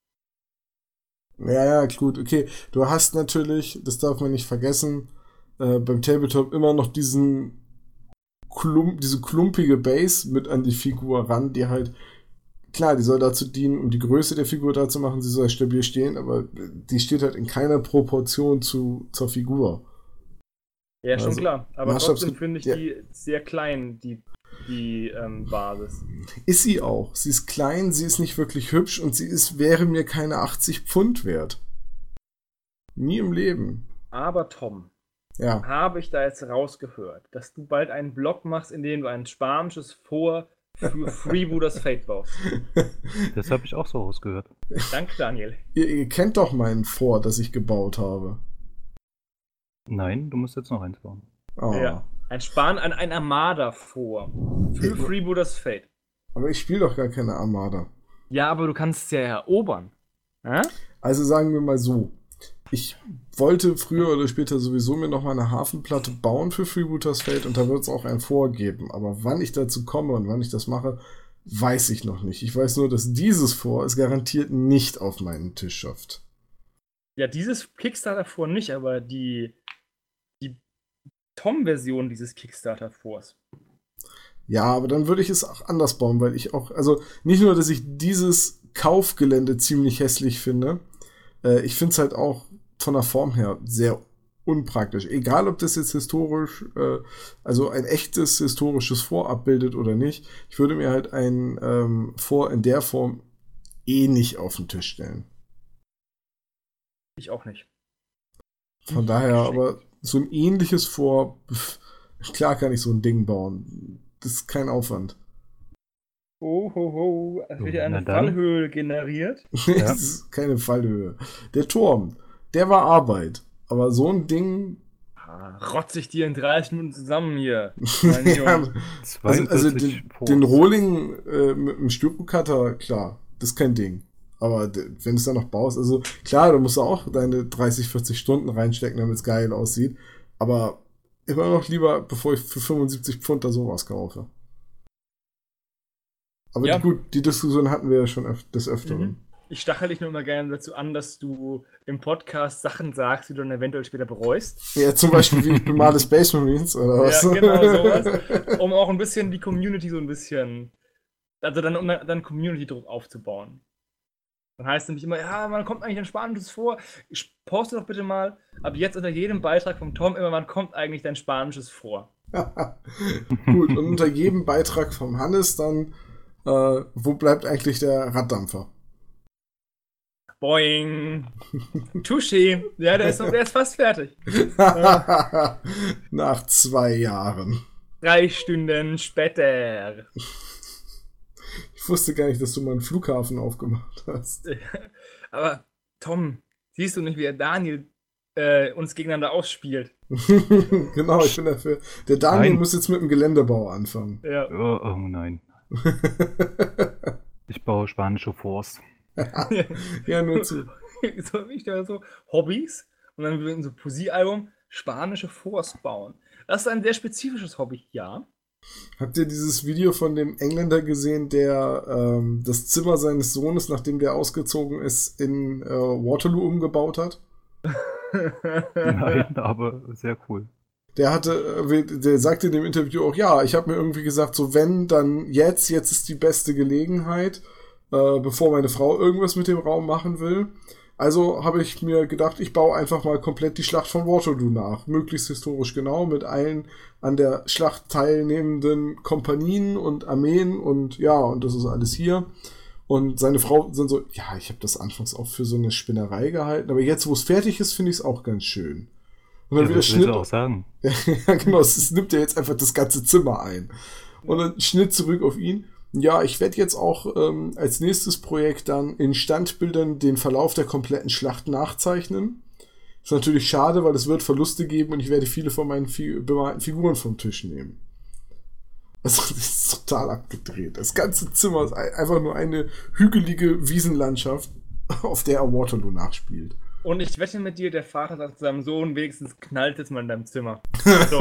Ja, gut, okay. Du hast natürlich, das darf man nicht vergessen, beim Tabletop immer noch diese klumpige Base mit an die Figur ran, die halt, klar, die soll dazu dienen, um die Größe der Figur da zu machen, sie soll stabil stehen, aber die steht halt in keiner Proportion zur Figur. Ja, schon Also, klar. Aber trotzdem finde ich ja, die sehr klein, die Basis. Ist sie auch. Sie ist klein, sie ist nicht wirklich hübsch und wäre mir keine 80 Pfund wert. Nie im Leben. Aber Tom, Ja. habe ich da jetzt rausgehört, dass du bald einen Blog machst, in dem du ein spanisches Fort für Freebooters Fate baust. Das habe ich auch so rausgehört. Danke, Daniel. Ihr kennt doch mein Fort, das ich gebaut habe. Nein, du musst jetzt noch eins bauen. Oh. Ja. Ein Armada-Fort für Freebooters Fate. Aber ich spiele doch gar keine Armada. Ja, aber du kannst es ja erobern. Also sagen wir mal so. Ich wollte früher oder später sowieso mir noch mal eine Hafenplatte bauen für Freebooters Fate und da wird es auch ein vorgeben. Aber wann ich dazu komme und wann ich das mache, weiß ich noch nicht. Ich weiß nur, dass dieses Fort es garantiert nicht auf meinen Tisch schafft. Ja, dieses Kickstarter-Fort nicht, aber die Tom-Version dieses Kickstarter-Forts. Ja, aber dann würde ich es auch anders bauen, weil ich auch, also nicht nur, dass ich dieses Kaufgelände ziemlich hässlich finde, ich finde es halt auch von der Form her sehr unpraktisch. Egal, ob das jetzt historisch, also ein echtes historisches Fort abbildet oder nicht, ich würde mir halt ein Fort in der Form nicht auf den Tisch stellen. Ich auch nicht. Von daher, aber so ein ähnliches Fort, klar kann ich so ein Ding bauen. Das ist kein Aufwand. Es wird ja eine Fallhöhe generiert. Das ist keine Fallhöhe. Der Turm, der war Arbeit. Aber so ein Ding. Rotz ich dir in 30 Minuten zusammen hier. Ja, also den Rohling mit dem Styrocutter, klar, das ist kein Ding. Aber wenn du es dann noch baust, also klar, du musst auch deine 30, 40 Stunden reinstecken, damit es geil aussieht. Aber immer noch lieber, bevor ich für 75 Pfund da sowas kaufe. Aber ja, gut, die Diskussion hatten wir ja schon des Öfteren. Ich stachel dich nur immer gerne dazu an, dass du im Podcast Sachen sagst, die du dann eventuell später bereust. Ja, zum Beispiel wie ich bemale Space Marines oder was. Ja, genau, sowas. Um auch ein bisschen die Community so ein bisschen, also dann Community-Druck aufzubauen. Dann heißt es nämlich immer, ja, wann kommt eigentlich ein Spanisches vor? Ich poste doch bitte mal ab jetzt unter jedem Beitrag vom Tom immer, wann kommt eigentlich dein Spanisches vor? Gut, und unter jedem Beitrag vom Hannes dann, wo bleibt eigentlich der Raddampfer? Boing. Touché. Ja, der ist fast fertig. Nach 2 Jahren. 3 Stunden später. Ich wusste gar nicht, dass du mal einen Flughafen aufgemacht hast. Aber Tom, siehst du nicht, wie der Daniel uns gegeneinander ausspielt? Genau, ich bin dafür. Der Daniel Nein. muss jetzt mit dem Geländebau anfangen. Ja. Oh nein. Ich baue spanische Forst. Ja, nur zu. So, ich da so Hobbys und dann wird so Poesiealbum spanische Forst bauen. Das ist ein sehr spezifisches Hobby, ja. Habt ihr dieses Video von dem Engländer gesehen, der das Zimmer seines Sohnes, nachdem der ausgezogen ist, in Waterloo umgebaut hat? Nein, aber sehr cool. Der sagte in dem Interview auch, ja, ich habe mir irgendwie gesagt, so wenn, dann jetzt ist die beste Gelegenheit, bevor meine Frau irgendwas mit dem Raum machen will. Also habe ich mir gedacht, ich baue einfach mal komplett die Schlacht von Waterloo nach. Möglichst historisch genau, mit allen an der Schlacht teilnehmenden Kompanien und Armeen und ja, und das ist alles hier. Und seine Frau sind so, ja, ich habe das anfangs auch für so eine Spinnerei gehalten, aber jetzt, wo es fertig ist, finde ich es auch ganz schön. Und dann Ja, wieder das willst Schnitt. du auch sagen. Ja, genau, es nimmt ja jetzt einfach das ganze Zimmer ein. Und dann Schnitt zurück auf ihn. Ja, ich werde jetzt auch als nächstes Projekt dann in Standbildern den Verlauf der kompletten Schlacht nachzeichnen. Ist natürlich schade, weil es wird Verluste geben und ich werde viele von meinen bemalten Figuren vom Tisch nehmen. Also, das ist total abgedreht. Das ganze Zimmer ist einfach nur eine hügelige Wiesenlandschaft, auf der er Waterloo nachspielt. Und ich wette mit dir, der Vater sagt zu seinem Sohn, wenigstens knallt jetzt mal in deinem Zimmer. So.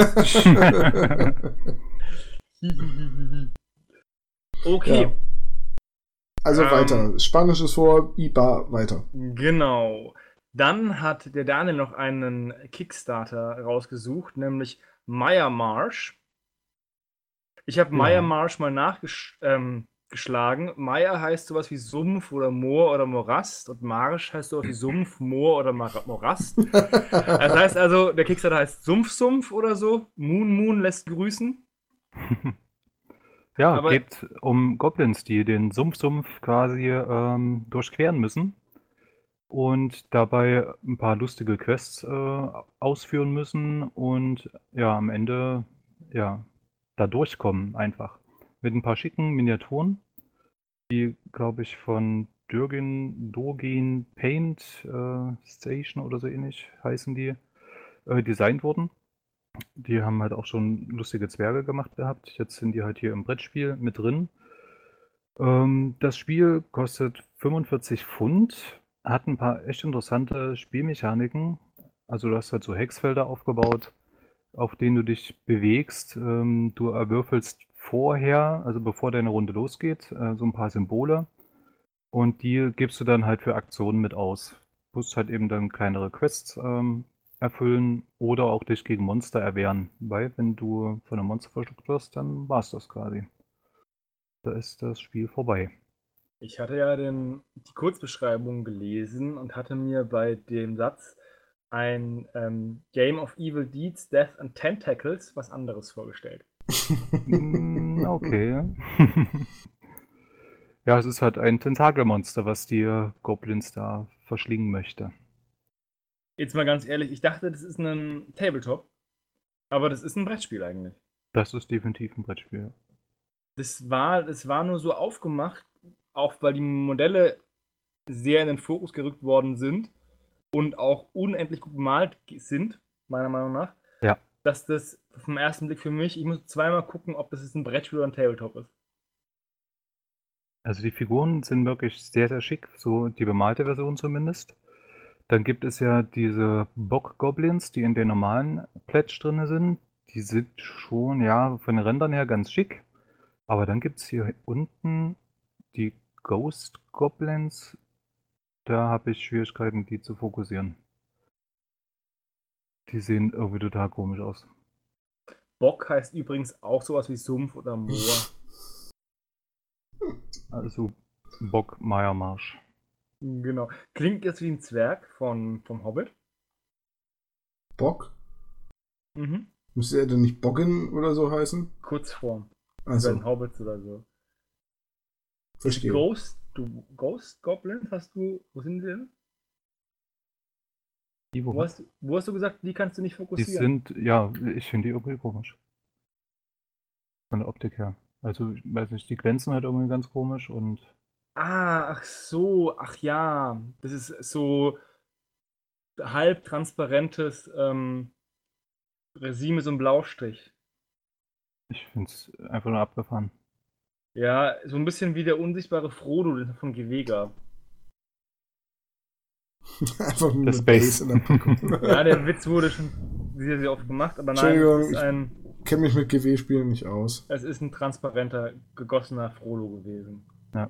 Okay. Ja. Also weiter. Spanisches vor, IBA weiter. Genau. Dann hat der Daniel noch einen Kickstarter rausgesucht, nämlich Maya Marsh. Ich habe Maya Marsh mal nachgeschlagen. Maya heißt sowas wie Sumpf oder Moor oder Morast und Marsch heißt sowas wie Sumpf, Moor oder Morast. Das heißt also, der Kickstarter heißt Sumpf oder so. Moon lässt grüßen. Ja, Aber- geht um Goblins, die den Sumpf quasi durchqueren müssen und dabei ein paar lustige Quests ausführen müssen und ja, am Ende ja, da durchkommen einfach. Mit ein paar schicken Miniaturen, die, glaube ich, von Dogen Paint Station oder so ähnlich heißen die, designt wurden. Die haben halt auch schon lustige Zwerge gemacht gehabt. Jetzt sind die halt hier im Brettspiel mit drin. Das Spiel kostet 45 Pfund, hat ein paar echt interessante Spielmechaniken. Also du hast halt so Hexfelder aufgebaut, auf denen du dich bewegst. Du erwürfelst vorher, also bevor deine Runde losgeht, so ein paar Symbole. Und die gibst du dann halt für Aktionen mit aus. Du musst halt eben dann kleinere Quests erfüllen oder auch dich gegen Monster erwehren. Weil wenn du von einem Monster verschluckt wirst, dann war es das quasi. Da ist das Spiel vorbei. Ich hatte ja die Kurzbeschreibung gelesen und hatte mir bei dem Satz ein Game of Evil Deeds, Death and Tentacles was anderes vorgestellt. Okay. Ja, es ist halt ein Tentakelmonster, was die Goblins da verschlingen möchte. Jetzt mal ganz ehrlich, ich dachte, das ist ein Tabletop, aber das ist ein Brettspiel eigentlich. Das ist definitiv ein Brettspiel. Das war nur so aufgemacht, auch weil die Modelle sehr in den Fokus gerückt worden sind und auch unendlich gut bemalt sind, meiner Meinung nach. Ja. Dass das vom ersten Blick für mich, ich muss zweimal gucken, ob das jetzt ein Brettspiel oder ein Tabletop ist. Also die Figuren sind wirklich sehr, sehr schick, so die bemalte Version zumindest. Dann gibt es ja diese Bock-Goblins, die in den normalen Pledge drin sind. Die sind schon, ja, von den Rändern her ganz schick. Aber dann gibt es hier unten die Ghost-Goblins. Da habe ich Schwierigkeiten, die zu fokussieren. Die sehen irgendwie total komisch aus. Bock heißt übrigens auch sowas wie Sumpf oder Moor. Also Bock Meiermarsch. Genau. Klingt jetzt wie ein Zwerg vom Hobbit. Bock? Mhm. Müsste er denn nicht Boggin oder so heißen? Kurzform. Also, Bei den Hobbits oder so. verstehe. Ghost Goblins hast du. Wo sind die denn? Die, Wo hast du gesagt, die kannst du nicht die fokussieren? sind, ja, ich finde die irgendwie komisch. Von der Optik her. Also, ich weiß nicht, die glänzen halt irgendwie ganz komisch und Ach so, ach ja. Das ist so halbtransparentes Resin mit so einem Blaustrich. ich finde es einfach nur abgefahren. Ja, so ein bisschen wie der unsichtbare Frodo den es von GW gab. Einfach nur Der eine Space. Base in der Packung. Ja, der Witz wurde schon sehr, sehr oft gemacht, aber nein, Entschuldigung, kenne mich mit GW-Spielen nicht aus. es ist ein transparenter, gegossener Frodo gewesen. Ja.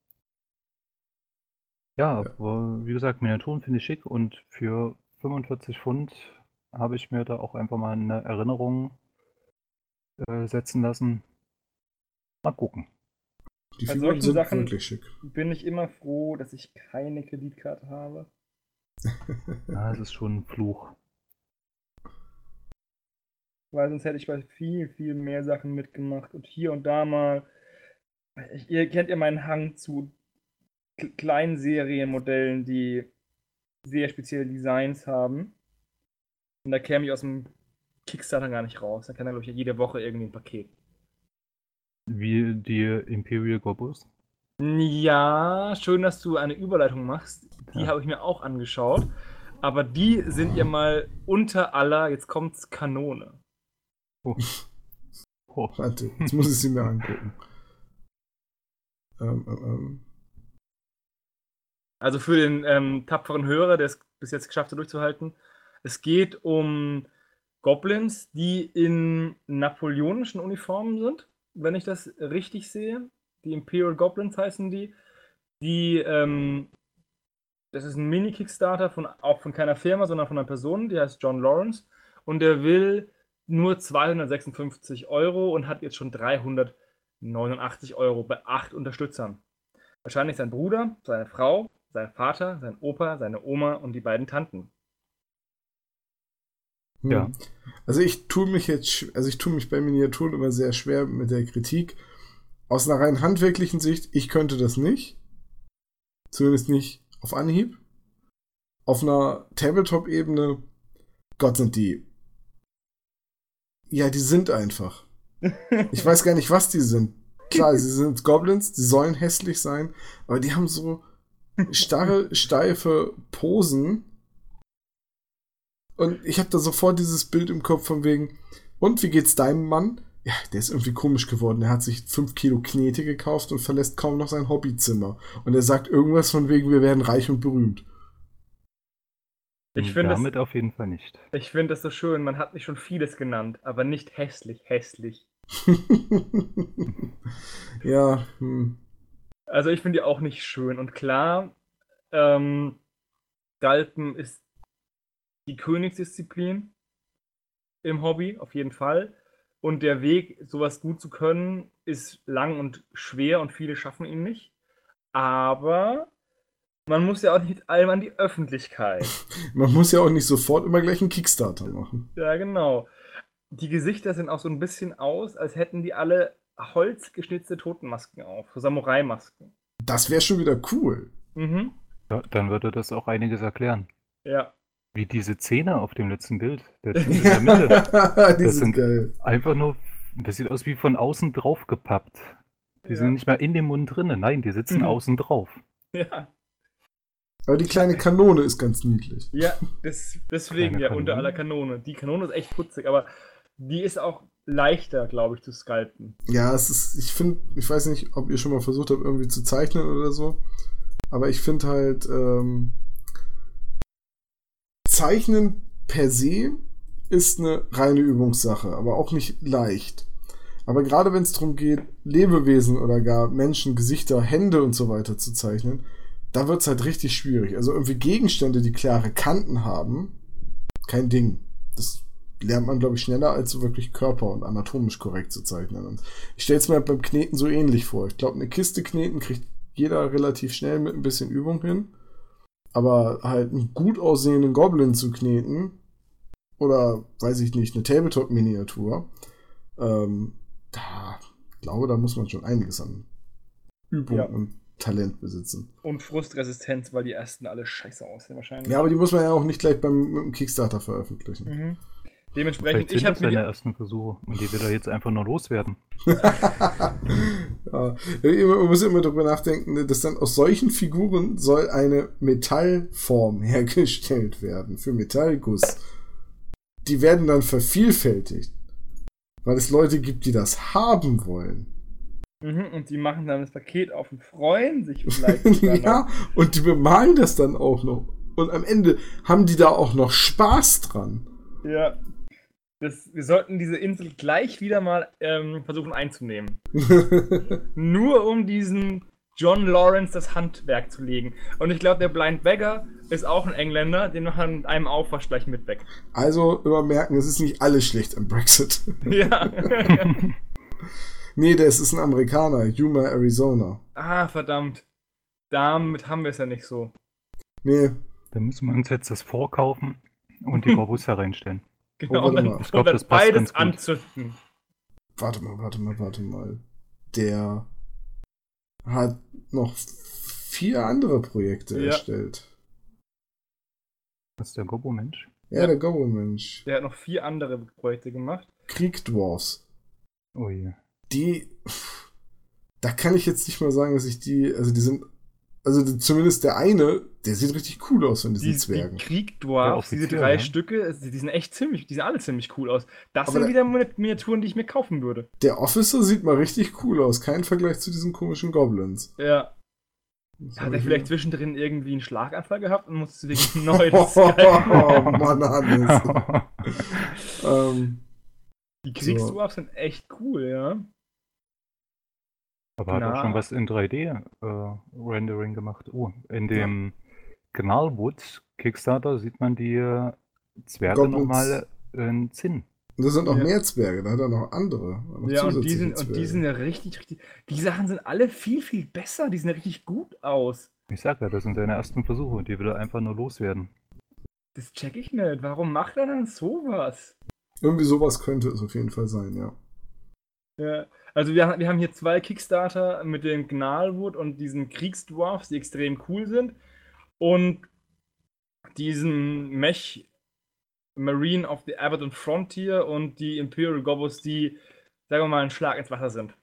Ja, aber wie gesagt, Miniaturen finde ich schick und für 45 Pfund habe ich mir da auch einfach mal eine Erinnerung setzen lassen. Mal gucken. Die Bei Figuren solchen sind Sachen wirklich schick. bin ich immer froh, dass ich keine Kreditkarte habe. Ja, es ist schon ein Fluch. Weil sonst hätte ich bei viel, viel mehr Sachen mitgemacht und hier und da mal. Ihr kennt ja meinen Hang zu kleinen Serienmodellen, die sehr spezielle Designs haben. Und da käme ich aus dem Kickstarter gar nicht raus. Da kann er, glaube ich, jede Woche irgendwie ein Paket. Wie die Imperial Gobos. Ja, schön, dass du eine Überleitung machst. Die Ja. habe ich mir auch angeschaut. Aber die sind ja mal unter aller, jetzt kommt's, Kanone. Oh. Oh. Warte, jetzt muss ich sie mir angucken. Also für den tapferen Hörer, der es bis jetzt geschafft hat durchzuhalten. Es geht um Goblins, die in napoleonischen Uniformen sind, wenn ich das richtig sehe. Die Imperial Goblins heißen die. Das ist ein Mini-Kickstarter auch von keiner Firma, sondern von einer Person, die heißt John Lawrence. Und der will nur 256 Euro und hat jetzt schon 389 Euro bei 8 Unterstützern. Wahrscheinlich sein Bruder, seine Frau, sein Vater, sein Opa, seine Oma und die beiden Tanten. Ja. Also ich tue mich bei Miniaturen immer sehr schwer mit der Kritik. Aus einer rein handwerklichen Sicht, ich könnte das nicht. Zumindest nicht auf Anhieb. Auf einer Tabletop-Ebene, Gott sind die. Ja, die sind einfach. Ich weiß gar nicht, was die sind. Klar, sie sind Goblins, die sollen hässlich sein, aber die haben so starre, steife Posen. Und ich habe da sofort dieses Bild im Kopf von wegen, und wie geht's deinem Mann? Ja, der ist irgendwie komisch geworden. Er hat sich 5 Kilo Knete gekauft und verlässt kaum noch sein Hobbyzimmer. Und er sagt irgendwas von wegen, wir werden reich und berühmt. Damit auf jeden Fall nicht. Ich finde das so schön. Man hat nicht schon vieles genannt, aber nicht hässlich. Ja. Also ich finde die auch nicht schön. Und klar, Galpen ist die Königsdisziplin im Hobby, auf jeden Fall. Und der Weg, sowas gut zu können, ist lang und schwer und viele schaffen ihn nicht. Aber man muss ja auch nicht mit allem an die Öffentlichkeit. Man muss ja auch nicht sofort immer gleich einen Kickstarter machen. Ja, genau. Die Gesichter sehen auch so ein bisschen aus, als hätten die alle holzgeschnitzte Totenmasken auf, so Samurai-Masken. Das wäre schon wieder cool. Mhm. Ja, dann würde das auch einiges erklären. Ja. Wie diese Zähne auf dem letzten Bild. Der Typ in der Mitte. Die Das sind sind geil. einfach nur, das sieht aus wie von außen drauf gepappt. Die Ja. sind nicht mal in dem Mund drin. Nein, die sitzen außen drauf. Ja. Aber die kleine Kanone ist ganz niedlich. Ja, deswegen Keine ja unter Kanone. aller Kanone. Die Kanone ist echt putzig, aber die ist auch leichter, glaube ich, zu sculpten. Ja, ich weiß nicht, ob ihr schon mal versucht habt, irgendwie zu zeichnen oder so. Aber ich finde halt, Zeichnen per se ist eine reine Übungssache, aber auch nicht leicht. Aber gerade wenn es darum geht, Lebewesen oder gar Menschen, Gesichter, Hände und so weiter zu zeichnen, da wird es halt richtig schwierig. Also irgendwie Gegenstände, die klare Kanten haben, kein Ding. Das lernt man, glaube ich, schneller, als so wirklich Körper und anatomisch korrekt zu zeichnen. Und ich stelle es mir halt beim Kneten so ähnlich vor. Ich glaube, eine Kiste kneten kriegt jeder relativ schnell mit ein bisschen Übung hin. Aber halt einen gut aussehenden Goblin zu kneten oder, weiß ich nicht, eine Tabletop-Miniatur, da muss man schon einiges an Übung und Talent besitzen. Und Frustresistenz, weil die ersten alle scheiße aussehen wahrscheinlich. Ja, aber die muss man ja auch nicht gleich mit dem Kickstarter veröffentlichen. Mhm. Dementsprechend, ich habe meine ersten Versuche und die will er jetzt einfach nur loswerden. Ja, man muss immer darüber nachdenken, dass dann aus solchen Figuren soll eine Metallform hergestellt werden für Metallguss. Die werden dann vervielfältigt, weil es Leute gibt, die das haben wollen. Und die machen dann das Paket auf und freuen sich vielleicht. Ja, und die bemalen das dann auch noch. Und am Ende haben die da auch noch Spaß dran. Ja. Wir sollten diese Insel gleich wieder mal versuchen einzunehmen. Nur um diesen John Lawrence das Handwerk zu legen. Und ich glaube, der Blind Beggar ist auch ein Engländer, den machen wir mit einem Aufwasch gleich mit weg. Also immer merken, es ist nicht alles schlecht am Brexit. Ja. Nee, das ist ein Amerikaner, Yuma, Arizona. Ah, verdammt. Damit haben wir es ja nicht so. Nee. Dann müssen wir uns jetzt das vorkaufen und die Barbus reinstellen. Genau, warte und mal. Ich glaub, das passt beides ganz gut. anzünden. Warte mal. Der hat noch 4 andere Projekte erstellt. Was ist der Gobo-Mensch? Ja, der Gobo-Mensch. Der hat noch 4 andere Projekte gemacht. Krieg-Dwarfs. Oh je. Da kann ich jetzt nicht mal sagen, dass ich die sind, zumindest der eine, der sieht richtig cool aus von diesen Zwergen. Die Krieg-Dwarfs, diese 3 Stücke, die sind echt die sehen alle ziemlich cool aus. Das sind wieder Miniaturen, die ich mir kaufen würde. Der Officer sieht mal richtig cool aus, kein Vergleich zu diesen komischen Goblins. Ja. Hat er vielleicht zwischendrin irgendwie einen Schlaganfall gehabt und musste deswegen neu Mann, Hannes. Die Kriegsdwarfs sind echt cool, ja. Aber hat auch schon was in 3D-Rendering gemacht. Oh, in dem Gnarlwood Kickstarter sieht man die Zwerge nochmal in Zinn. Und da sind noch mehr Zwerge, da hat er noch andere. Ja, und die sind ja richtig. Die Sachen sind alle viel, viel besser. Die sehen ja richtig gut aus. Ich sag ja, das sind seine ersten Versuche und die will er einfach nur loswerden. Das check ich nicht. Warum macht er dann sowas? Irgendwie sowas könnte es auf jeden Fall sein, ja. Ja, also wir haben hier 2 Kickstarter mit dem Gnarlwood und diesen Kriegsdwarfs, die extrem cool sind. Und diesen Mech Marine of the Abaddon Frontier und die Imperial Gobos, die, sagen wir mal, ein Schlag ins Wasser sind.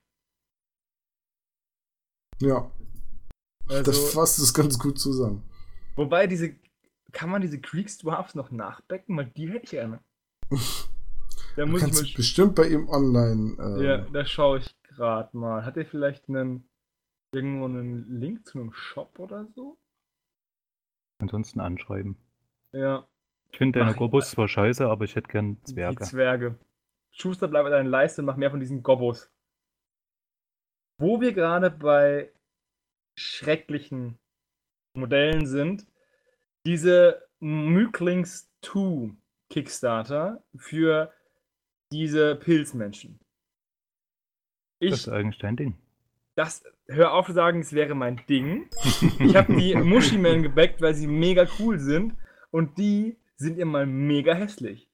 Ja. Also, das fasst es ganz gut zusammen. Wobei kann man diese Kriegsdwarfs noch nachbacken? Weil die hätte ich gerne. Da muss kannst ich bestimmt bei ihm online. Ja, da schaue ich gerade mal. Hat er vielleicht irgendwo einen Link zu einem Shop oder so? Ansonsten anschreiben. Ja. Ich finde deine Gobos zwar scheiße, aber ich hätte gern Zwerge. Die Zwerge. Schuster, bleib bei deiner Leiste und mach mehr von diesen Gobos. Wo wir gerade bei schrecklichen Modellen sind, diese Myklings 2 Kickstarter für diese Pilzmenschen. Das ist eigentlich dein Ding. Hör auf zu sagen, es wäre mein Ding. Ich habe die Mushimen gebackt, weil sie mega cool sind und die sind immer mega hässlich.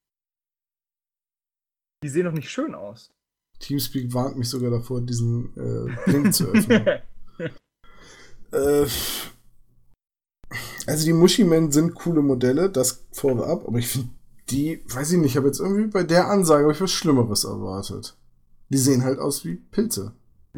Die sehen doch nicht schön aus. Teamspeak warnt mich sogar davor, diesen Link zu öffnen. Also die Mushimen sind coole Modelle, das vorab, aber ich finde die, weiß ich nicht, ich habe jetzt irgendwie bei der Ansage was Schlimmeres erwartet. Die sehen halt aus wie Pilze.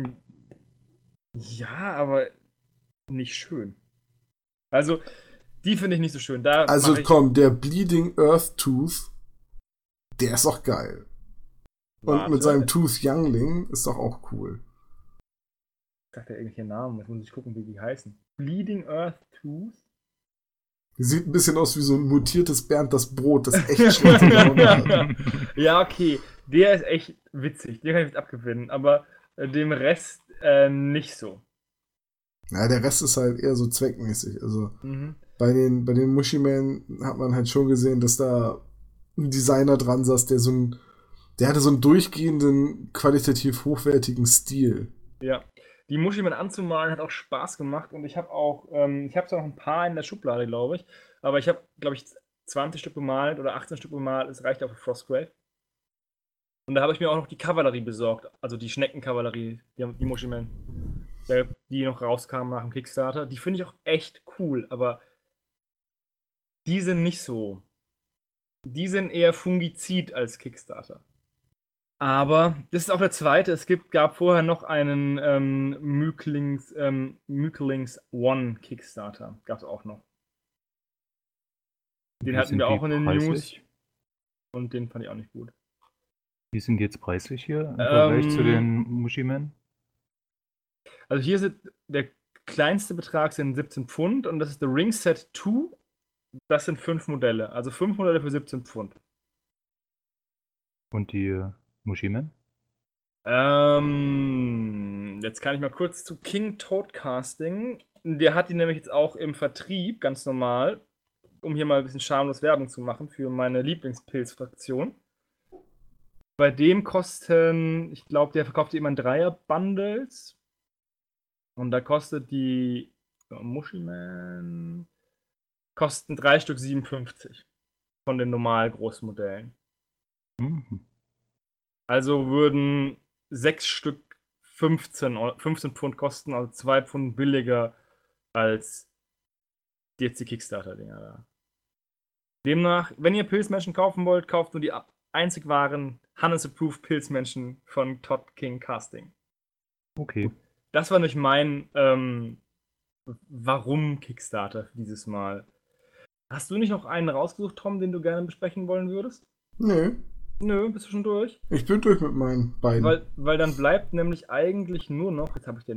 Ja, aber nicht schön. Also, die finde ich nicht so schön. Komm, der Bleeding Earth Tooth, der ist doch geil. Und mit seinem Tooth Youngling ist doch auch cool. Ich sag ja irgendwelche Namen, jetzt muss ich gucken, wie die heißen. Bleeding Earth Tooth? Sieht ein bisschen aus wie so ein mutiertes Bernd das Brot, das echt schlecht hat. Ja, okay. Der ist echt witzig. Den kann ich jetzt abgewinnen. Aber dem Rest nicht so. Ja, der Rest ist halt eher so zweckmäßig. Also bei den Mushimen hat man halt schon gesehen, dass da ein Designer dran saß, der hatte so einen durchgehenden, qualitativ hochwertigen Stil. Ja. Die Muschimen anzumalen hat auch Spaß gemacht und ich habe auch, ich habe zwar noch ein paar in der Schublade, glaube ich, aber ich habe, glaube ich, 20 Stück bemalt oder 18 Stück bemalt, es reicht auch für Frostgrave. Und da habe ich mir auch noch die Kavallerie besorgt, also die Schneckenkavallerie, die Muschimen, die noch rauskamen nach dem Kickstarter. Die finde ich auch echt cool, aber die sind nicht so. Die sind eher Fungizid als Kickstarter. Aber das ist auch der zweite. Gab vorher noch einen Myklings One Kickstarter. Gab es auch noch. Den Wie hatten sind wir die auch in den News preislich? und den fand ich auch nicht gut. Wie sind die jetzt preislich hier im Vergleich zu den Mushimen? Also hier sind der kleinste Betrag sind 17 Pfund und das ist der Ring Set 2. Das sind 5 Modelle. Also 5 Modelle für 17 Pfund. Und die Mushimen? Jetzt kann ich mal kurz zu King Toadcasting. Der hat die nämlich jetzt auch im Vertrieb, ganz normal, um hier mal ein bisschen schamlos Werbung zu machen für meine Lieblingspilz-Fraktion. Bei dem kosten, ich glaube, der verkauft immer in Dreier-Bundles. Und da kostet die Mushiman kosten 3 Stück 57 von den normal großen Modellen. Mhm. Also würden 6 Stück 15 Pfund kosten, also 2 Pfund billiger als jetzt die Kickstarter-Dinger da. Demnach, wenn ihr Pilzmenschen kaufen wollt, kauft nur die einzig wahren Hannes-approved Pilzmenschen von Todd King Casting. Okay. Das war nicht mein Warum Kickstarter für dieses Mal. Hast du nicht noch einen rausgesucht, Tom, den du gerne besprechen wollen würdest? Nö, Nö, bist du schon durch? ich bin durch mit meinen beiden. Weil dann bleibt nämlich eigentlich nur noch, jetzt habe ich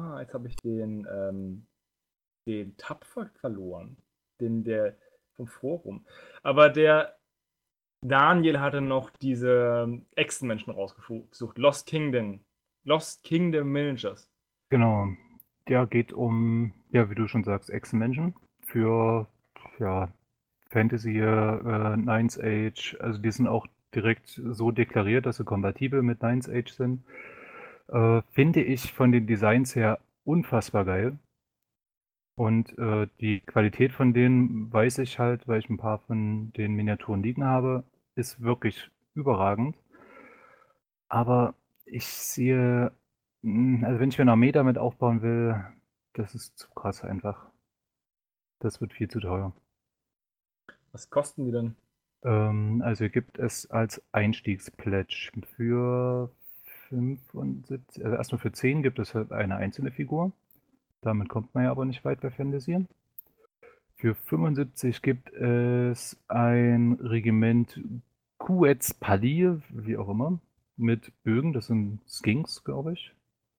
den Tapfer verloren. Der vom Forum. Aber der Daniel hatte noch diese Echsenmenschen rausgesucht. Lost Kingdom Miniatures. Genau. Der geht um, ja, wie du schon sagst, Echsenmenschen für ja, Fantasy, Ninth Age. Also die sind auch direkt so deklariert, dass sie kompatibel mit Ninth Age sind. Finde ich von den Designs her unfassbar geil. Und die Qualität von denen weiß ich halt, weil ich ein paar von den Miniaturen liegen habe, ist wirklich überragend. Aber ich sehe, also wenn ich mir eine Armee damit aufbauen will, das ist zu krass einfach. Das wird viel zu teuer. Was kosten die denn? Also gibt es als Einstiegspledge für 75, also erstmal für 10 gibt es halt eine einzelne Figur. Damit kommt man ja aber nicht weit bei Fantasy. Für 75 gibt es ein Regiment Quetzalcoatl, wie auch immer, mit Bögen, das sind Skinks, glaube ich.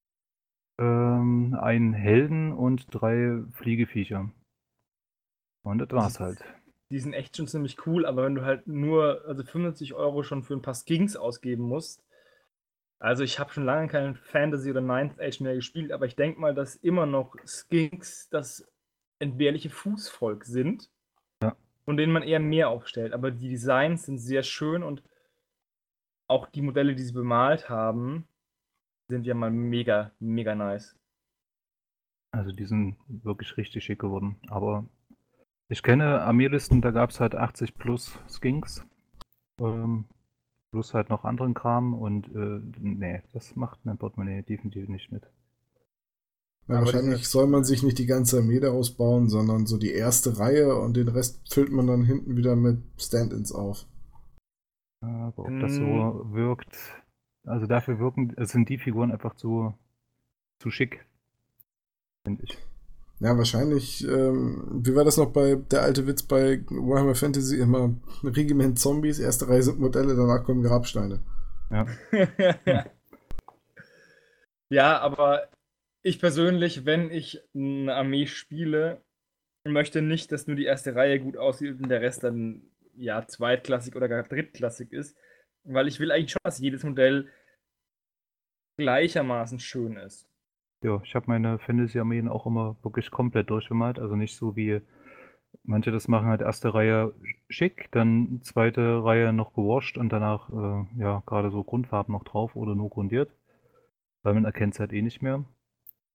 Einen Helden und 3 Fliegeviecher. Und das war's halt. Die sind echt schon ziemlich cool, aber wenn du halt nur, also 75 Euro schon für ein paar Skinks ausgeben musst. Also ich habe schon lange kein Fantasy oder Ninth Age mehr gespielt, aber ich denke mal, dass immer noch Skinks das entbehrliche Fußvolk sind, Ja. von denen man eher mehr aufstellt. Aber die Designs sind sehr schön und auch die Modelle, die sie bemalt haben, sind ja mal mega, mega nice. Also die sind wirklich richtig schick geworden. Aber ich kenne Armeelisten, da gab es halt 80 plus Skinks. Plus halt noch anderen Kram und nee, das macht mein Portemonnaie definitiv nicht mit. Ja, wahrscheinlich soll man sich nicht die ganze Armee da ausbauen, sondern so die erste Reihe und den Rest füllt man dann hinten wieder mit Stand-ins auf. Aber ob das so wirkt, also dafür sind die Figuren einfach zu schick, finde ich. Ja, wahrscheinlich, wie war das noch bei der alte Witz bei Warhammer Fantasy immer Regiment Zombies, erste Reihe sind Modelle, danach kommen Grabsteine. Ja. Ja, aber ich persönlich, wenn ich eine Armee spiele, möchte nicht, dass nur die erste Reihe gut aussieht und der Rest dann ja zweitklassig oder gar drittklassig ist, weil ich will eigentlich schon, dass jedes Modell gleichermaßen schön ist. Ja, ich habe meine Fantasy-Armeen auch immer wirklich komplett durchgemalt, also nicht so wie manche das machen, halt erste Reihe schick, dann zweite Reihe noch gewascht und danach ja gerade so Grundfarben noch drauf oder nur grundiert, weil man erkennt es halt eh nicht mehr.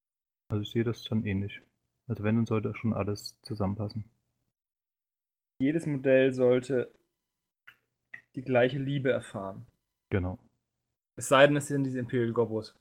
Also ich sehe das schon ähnlich. Also wenn, dann sollte schon alles zusammenpassen. Jedes Modell sollte die gleiche Liebe erfahren. Genau. Es sei denn, es sind diese Imperial Gobbos.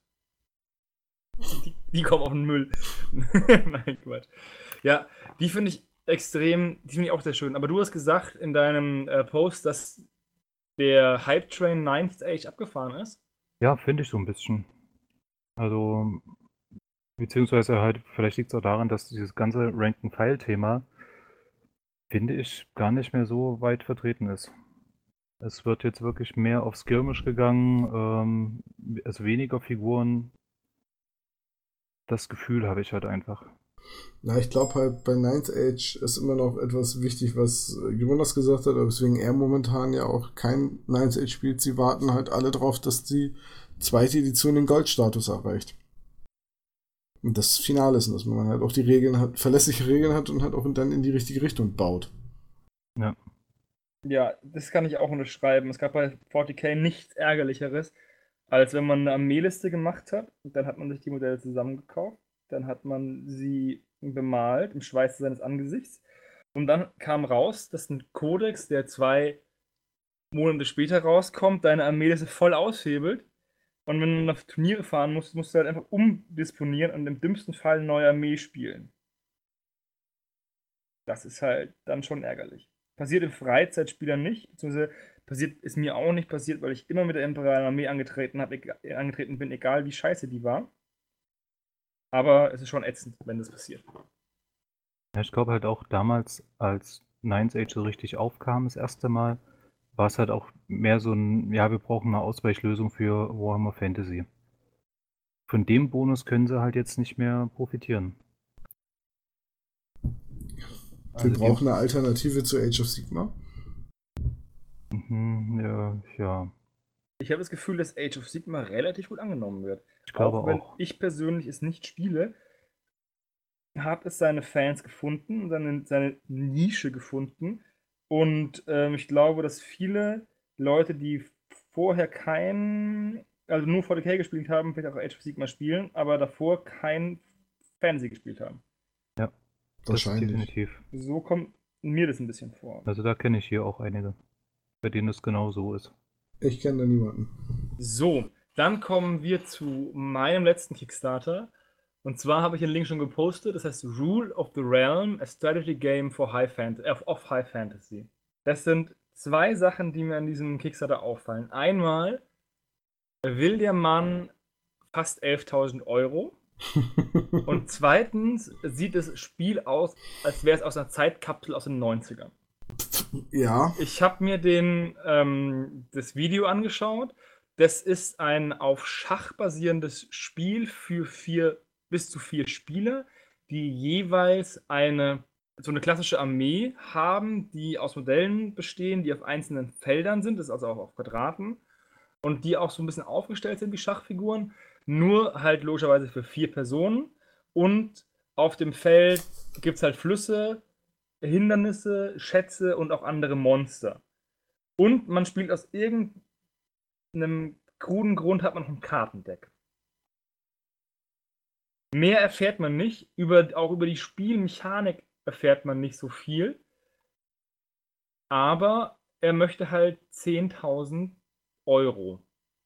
Die kommen auf den Müll. Nein, Quatsch. Ja, die finde ich auch sehr schön. Aber du hast gesagt in deinem Post, dass der Hype Train 9th Age abgefahren ist. Ja, finde ich so ein bisschen. Also, beziehungsweise halt, vielleicht liegt es auch daran, dass dieses ganze Rank-and-File-Thema, finde ich, gar nicht mehr so weit vertreten ist. Es wird jetzt wirklich mehr auf Skirmish gegangen, also weniger Figuren. Das Gefühl habe ich halt einfach. Na, ich glaube halt, bei Ninth Age ist immer noch etwas wichtig, was Jonas gesagt hat, aber weswegen er momentan ja auch kein Ninth Age spielt. Sie warten halt alle drauf, dass die zweite Edition den Goldstatus erreicht. Und das Finale ist, dass man halt auch die Regeln hat, verlässliche Regeln hat und halt auch dann in die richtige Richtung baut. Ja. Ja, das kann ich auch unterschreiben. Es gab bei 40k nichts Ärgerlicheres, als wenn man eine Armeeliste gemacht hat und dann hat man sich die Modelle zusammengekauft, dann hat man sie bemalt im Schweiße seines Angesichts und dann kam raus, dass ein Kodex, der 2 Monate später rauskommt, deine Armeeliste voll aushebelt und wenn du auf Turniere fahren musst, musst du halt einfach umdisponieren und im dümmsten Fall eine neue Armee spielen. Das ist halt dann schon ärgerlich. Passiert in Freizeitspielern nicht, beziehungsweise ist mir auch nicht passiert, weil ich immer mit der Imperialen Armee angetreten bin, egal wie scheiße die war. Aber es ist schon ätzend, wenn das passiert. Ja, ich glaube halt auch damals, als Ninth Age so richtig aufkam, das erste Mal, war es halt auch mehr so ein, ja, wir brauchen eine Ausweichlösung für Warhammer Fantasy. Von dem Bonus können sie halt jetzt nicht mehr profitieren. Wir brauchen eine Alternative zu Age of Sigmar. Ja. Ich habe das Gefühl, dass Age of Sigmar relativ gut angenommen wird. Ich glaube auch wenn auch. ich persönlich es nicht spiele, hat es seine Fans gefunden, seine Nische gefunden. Und ich glaube, dass viele Leute, die vorher also nur 40k gespielt haben, vielleicht auch Age of Sigmar spielen, aber davor kein Fantasy gespielt haben. Ja, wahrscheinlich. Definitiv. So kommt mir das ein bisschen vor. Also da kenne ich hier auch einige, bei denen es genau so ist. Ich kenne da niemanden. So, dann kommen wir zu meinem letzten Kickstarter. Und zwar habe ich den Link schon gepostet. Das heißt Rule of the Realm, a Strategy Game for High Fantasy. Das sind 2 Sachen, die mir an diesem Kickstarter auffallen. Einmal will der Mann fast 11.000 Euro. Und zweitens sieht das Spiel aus, als wäre es aus einer Zeitkapsel aus den 90ern. Ja. Ich habe mir das Video angeschaut. Das ist ein auf Schach basierendes Spiel für bis zu 4 Spieler, die jeweils so eine klassische Armee haben, die aus Modellen bestehen, die auf einzelnen Feldern sind, das ist also auch auf Quadraten, und die auch so ein bisschen aufgestellt sind wie Schachfiguren, nur halt logischerweise für 4 Personen. Und auf dem Feld gibt es halt Flüsse, Hindernisse, Schätze und auch andere Monster. Und man spielt aus irgendeinem kruden Grund, hat man noch ein Kartendeck. Mehr erfährt man nicht, auch über die Spielmechanik erfährt man nicht so viel. Aber er möchte halt 10.000 Euro.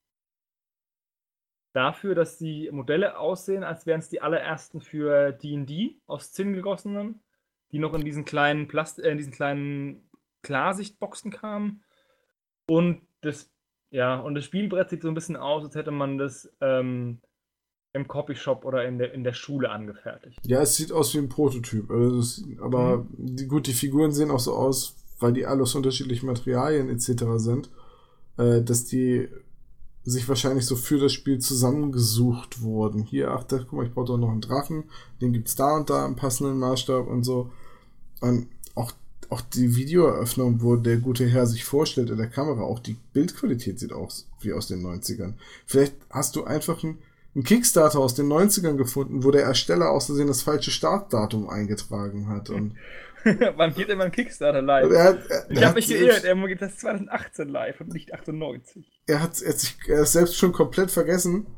Dafür, dass die Modelle aussehen, als wären es die allerersten für D&D aus Zinn gegossenen, die noch in diesen kleinen Klarsichtboxen kamen. Und das Spielbrett sieht so ein bisschen aus, als hätte man das im Copyshop oder in der Schule angefertigt. Ja, es sieht aus wie ein Prototyp. Aber die Figuren sehen auch so aus, weil die alle aus unterschiedlichen Materialien etc. sind, dass die sich wahrscheinlich so für das Spiel zusammengesucht wurden. Hier, guck mal, ich brauche doch noch einen Drachen, den gibt es da und da im passenden Maßstab und so. Und auch die Videoeröffnung, wo der gute Herr sich vorstellt in der Kamera, auch die Bildqualität sieht aus wie aus den 90ern. Vielleicht hast du einfach einen Kickstarter aus den 90ern gefunden, wo der Ersteller aus Versehen das falsche Startdatum eingetragen hat. Und wann geht denn mein Kickstarter live? Ich habe mich geirrt, er geht das 2018 live und nicht 98. Er ist selbst schon komplett vergessen.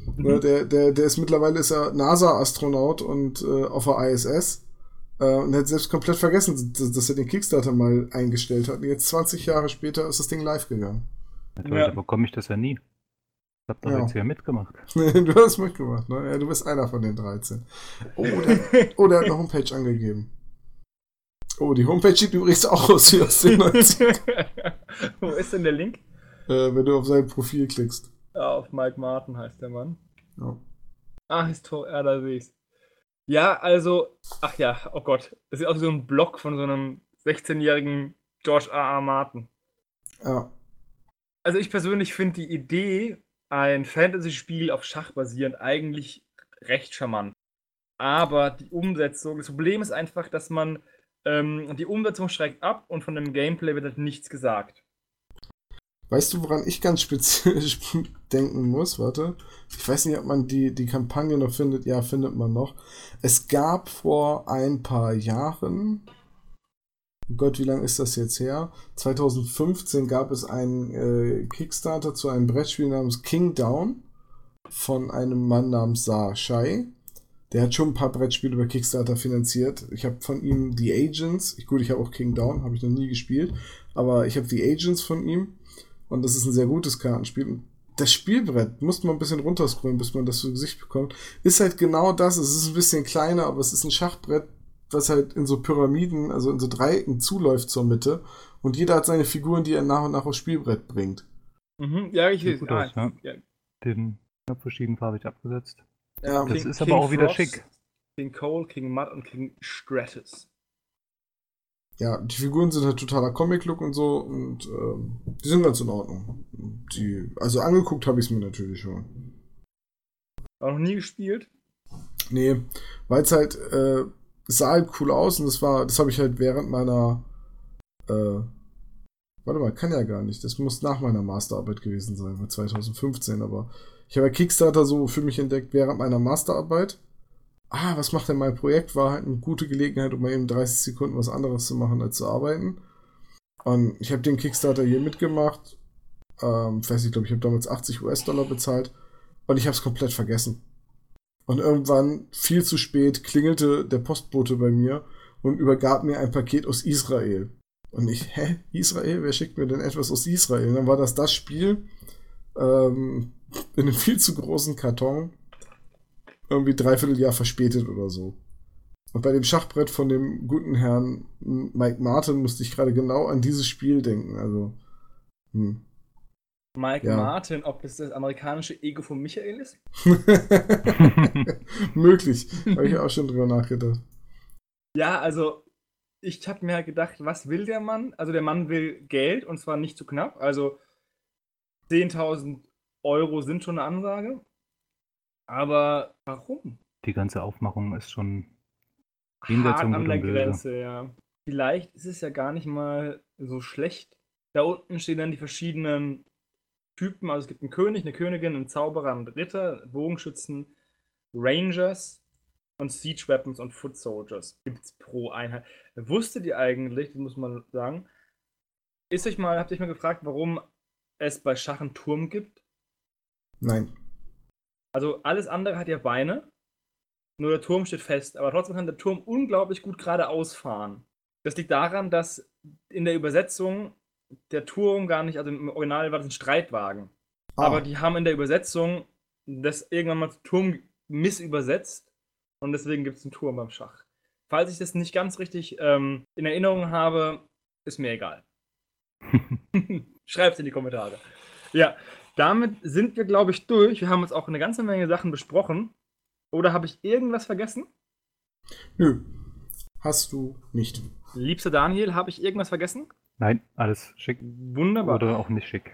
Ne, der ist mittlerweile ist er NASA-Astronaut und auf der ISS. Und er hat selbst komplett vergessen, dass er den Kickstarter mal eingestellt hat. Und jetzt 20 Jahre später ist das Ding live gegangen. Da bekomme ich das ja nie. Ich habe doch Ja. jetzt hier mitgemacht. Du hast mitgemacht, ne? Ja, du bist einer von den 13. Oh, der hat eine Homepage angegeben. Oh, die Homepage sieht übrigens auch aus wie aus den 90ern. Wo ist denn der Link? Wenn du auf sein Profil klickst. Ja, auf Mike Martin heißt der Mann. Ja. Ah, ja, da sehe ich's. Ja, also, ach ja, oh Gott. Das ist auch so ein Blog von so einem 16-jährigen George R.R. Martin. Ja. Also ich persönlich finde die Idee, ein Fantasy-Spiel auf Schach basierend, eigentlich recht charmant. Aber die Umsetzung, das Problem ist einfach, dass man die Umsetzung schreckt ab und von dem Gameplay wird halt nichts gesagt. Weißt du, woran ich ganz spezifisch denken muss? Warte. Ich weiß nicht, ob man die Kampagne noch findet. Ja, findet man noch. Es gab vor ein paar Jahren, oh Gott, wie lange ist das jetzt her? 2015 gab es einen Kickstarter zu einem Brettspiel namens King Down von einem Mann namens Sa Shai. Der hat schon ein paar Brettspiele über Kickstarter finanziert. Ich habe von ihm The Agents, ich habe auch King Down, habe ich noch nie gespielt, aber ich habe The Agents von ihm und das ist ein sehr gutes Kartenspiel. Und das Spielbrett, musste man ein bisschen runterscrollen, bis man das zu Gesicht bekommt, ist halt genau das. Es ist ein bisschen kleiner, aber es ist ein Schachbrett, was halt in so Pyramiden, also in so Dreiecken zuläuft zur Mitte und jeder hat seine Figuren, die er nach und nach aufs Spielbrett bringt. Mhm, ja, ich Sieht gut aus, ne? ja. Den verschiedenfarbig abgesetzt. Ja, Das ist aber auch wieder schick. King Cole, King Mud und King Stratus. ja, die Figuren sind halt totaler Comic-Look und so und die sind ganz in Ordnung. Also angeguckt habe ich es mir natürlich schon. Auch noch nie gespielt? Nee, weil es halt, es sah halt cool aus und das habe ich halt während meiner, warte mal, kann ja gar nicht, das muss nach meiner Masterarbeit gewesen sein, mit 2015, aber ich habe ja Kickstarter so für mich entdeckt während meiner Masterarbeit. Was macht denn mein Projekt? War halt eine gute Gelegenheit, um mal eben 30 Sekunden was anderes zu machen, als zu arbeiten. Und ich habe den Kickstarter hier mitgemacht. Ich weiß nicht, ich glaube, ich habe damals 80 US-Dollar bezahlt und ich habe es komplett vergessen. Und irgendwann, viel zu spät, klingelte der Postbote bei mir und übergab mir ein Paket aus Israel. Und ich, Israel? Wer schickt mir denn etwas aus Israel? Und dann war das Spiel in einem viel zu großen Karton, irgendwie 3/4 Jahr verspätet oder so. Und bei dem Schachbrett von dem guten Herrn Mike Martin musste ich gerade genau an dieses Spiel denken. Also, Mike Ja. Martin, ob es das amerikanische Ego von Michael ist? Möglich. Habe ich auch schon drüber nachgedacht. Ja, also ich habe mir halt gedacht, was will der Mann? Also der Mann will Geld und zwar nicht zu knapp. Also 10.000 Euro sind schon eine Ansage. Aber warum? Die ganze Aufmachung ist schon jenseits Hart von an Gut der und Böse. Grenze, ja. Vielleicht ist es ja gar nicht mal so schlecht. Da unten stehen dann die verschiedenen Typen. Also es gibt einen König, eine Königin, einen Zauberer, einen Ritter, Bogenschützen, Rangers und Siege Weapons und Foot Soldiers. Gibt es pro Einheit. Wusstet ihr eigentlich, das muss man sagen, habt ihr euch mal gefragt, warum es bei Schach einen Turm gibt? Nein. Also alles andere hat ja Beine, nur der Turm steht fest. Aber trotzdem kann der Turm unglaublich gut geradeaus fahren. Das liegt daran, dass in der Übersetzung der Turm gar nicht, also im Original war das ein Streitwagen. Aber die haben in der Übersetzung das irgendwann mal Turm missübersetzt und deswegen gibt es einen Turm beim Schach. Falls ich das nicht ganz richtig in Erinnerung habe, ist mir egal. Schreibt es in die Kommentare. Ja, damit sind wir, glaube ich, durch. Wir haben jetzt auch eine ganze Menge Sachen besprochen. Oder habe ich irgendwas vergessen? Nö. Hast du nicht. Liebster Daniel, habe ich irgendwas vergessen? Nein, alles schick. Wunderbar. Oder auch nicht schick.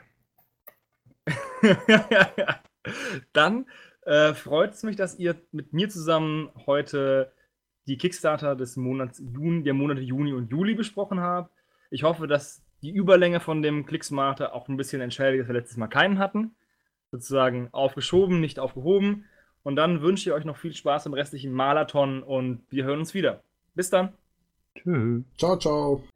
Dann freut es mich, dass ihr mit mir zusammen heute die Kickstarter des Monats der Monate Juni und Juli besprochen habt. Ich hoffe, dass die Überlänge von dem Clicksmarter auch ein bisschen entschädigt, dass wir letztes Mal keinen hatten. Sozusagen aufgeschoben, nicht aufgehoben. Und dann wünsche ich euch noch viel Spaß im restlichen Marathon und wir hören uns wieder. Bis dann. Tschüss. Ciao, ciao.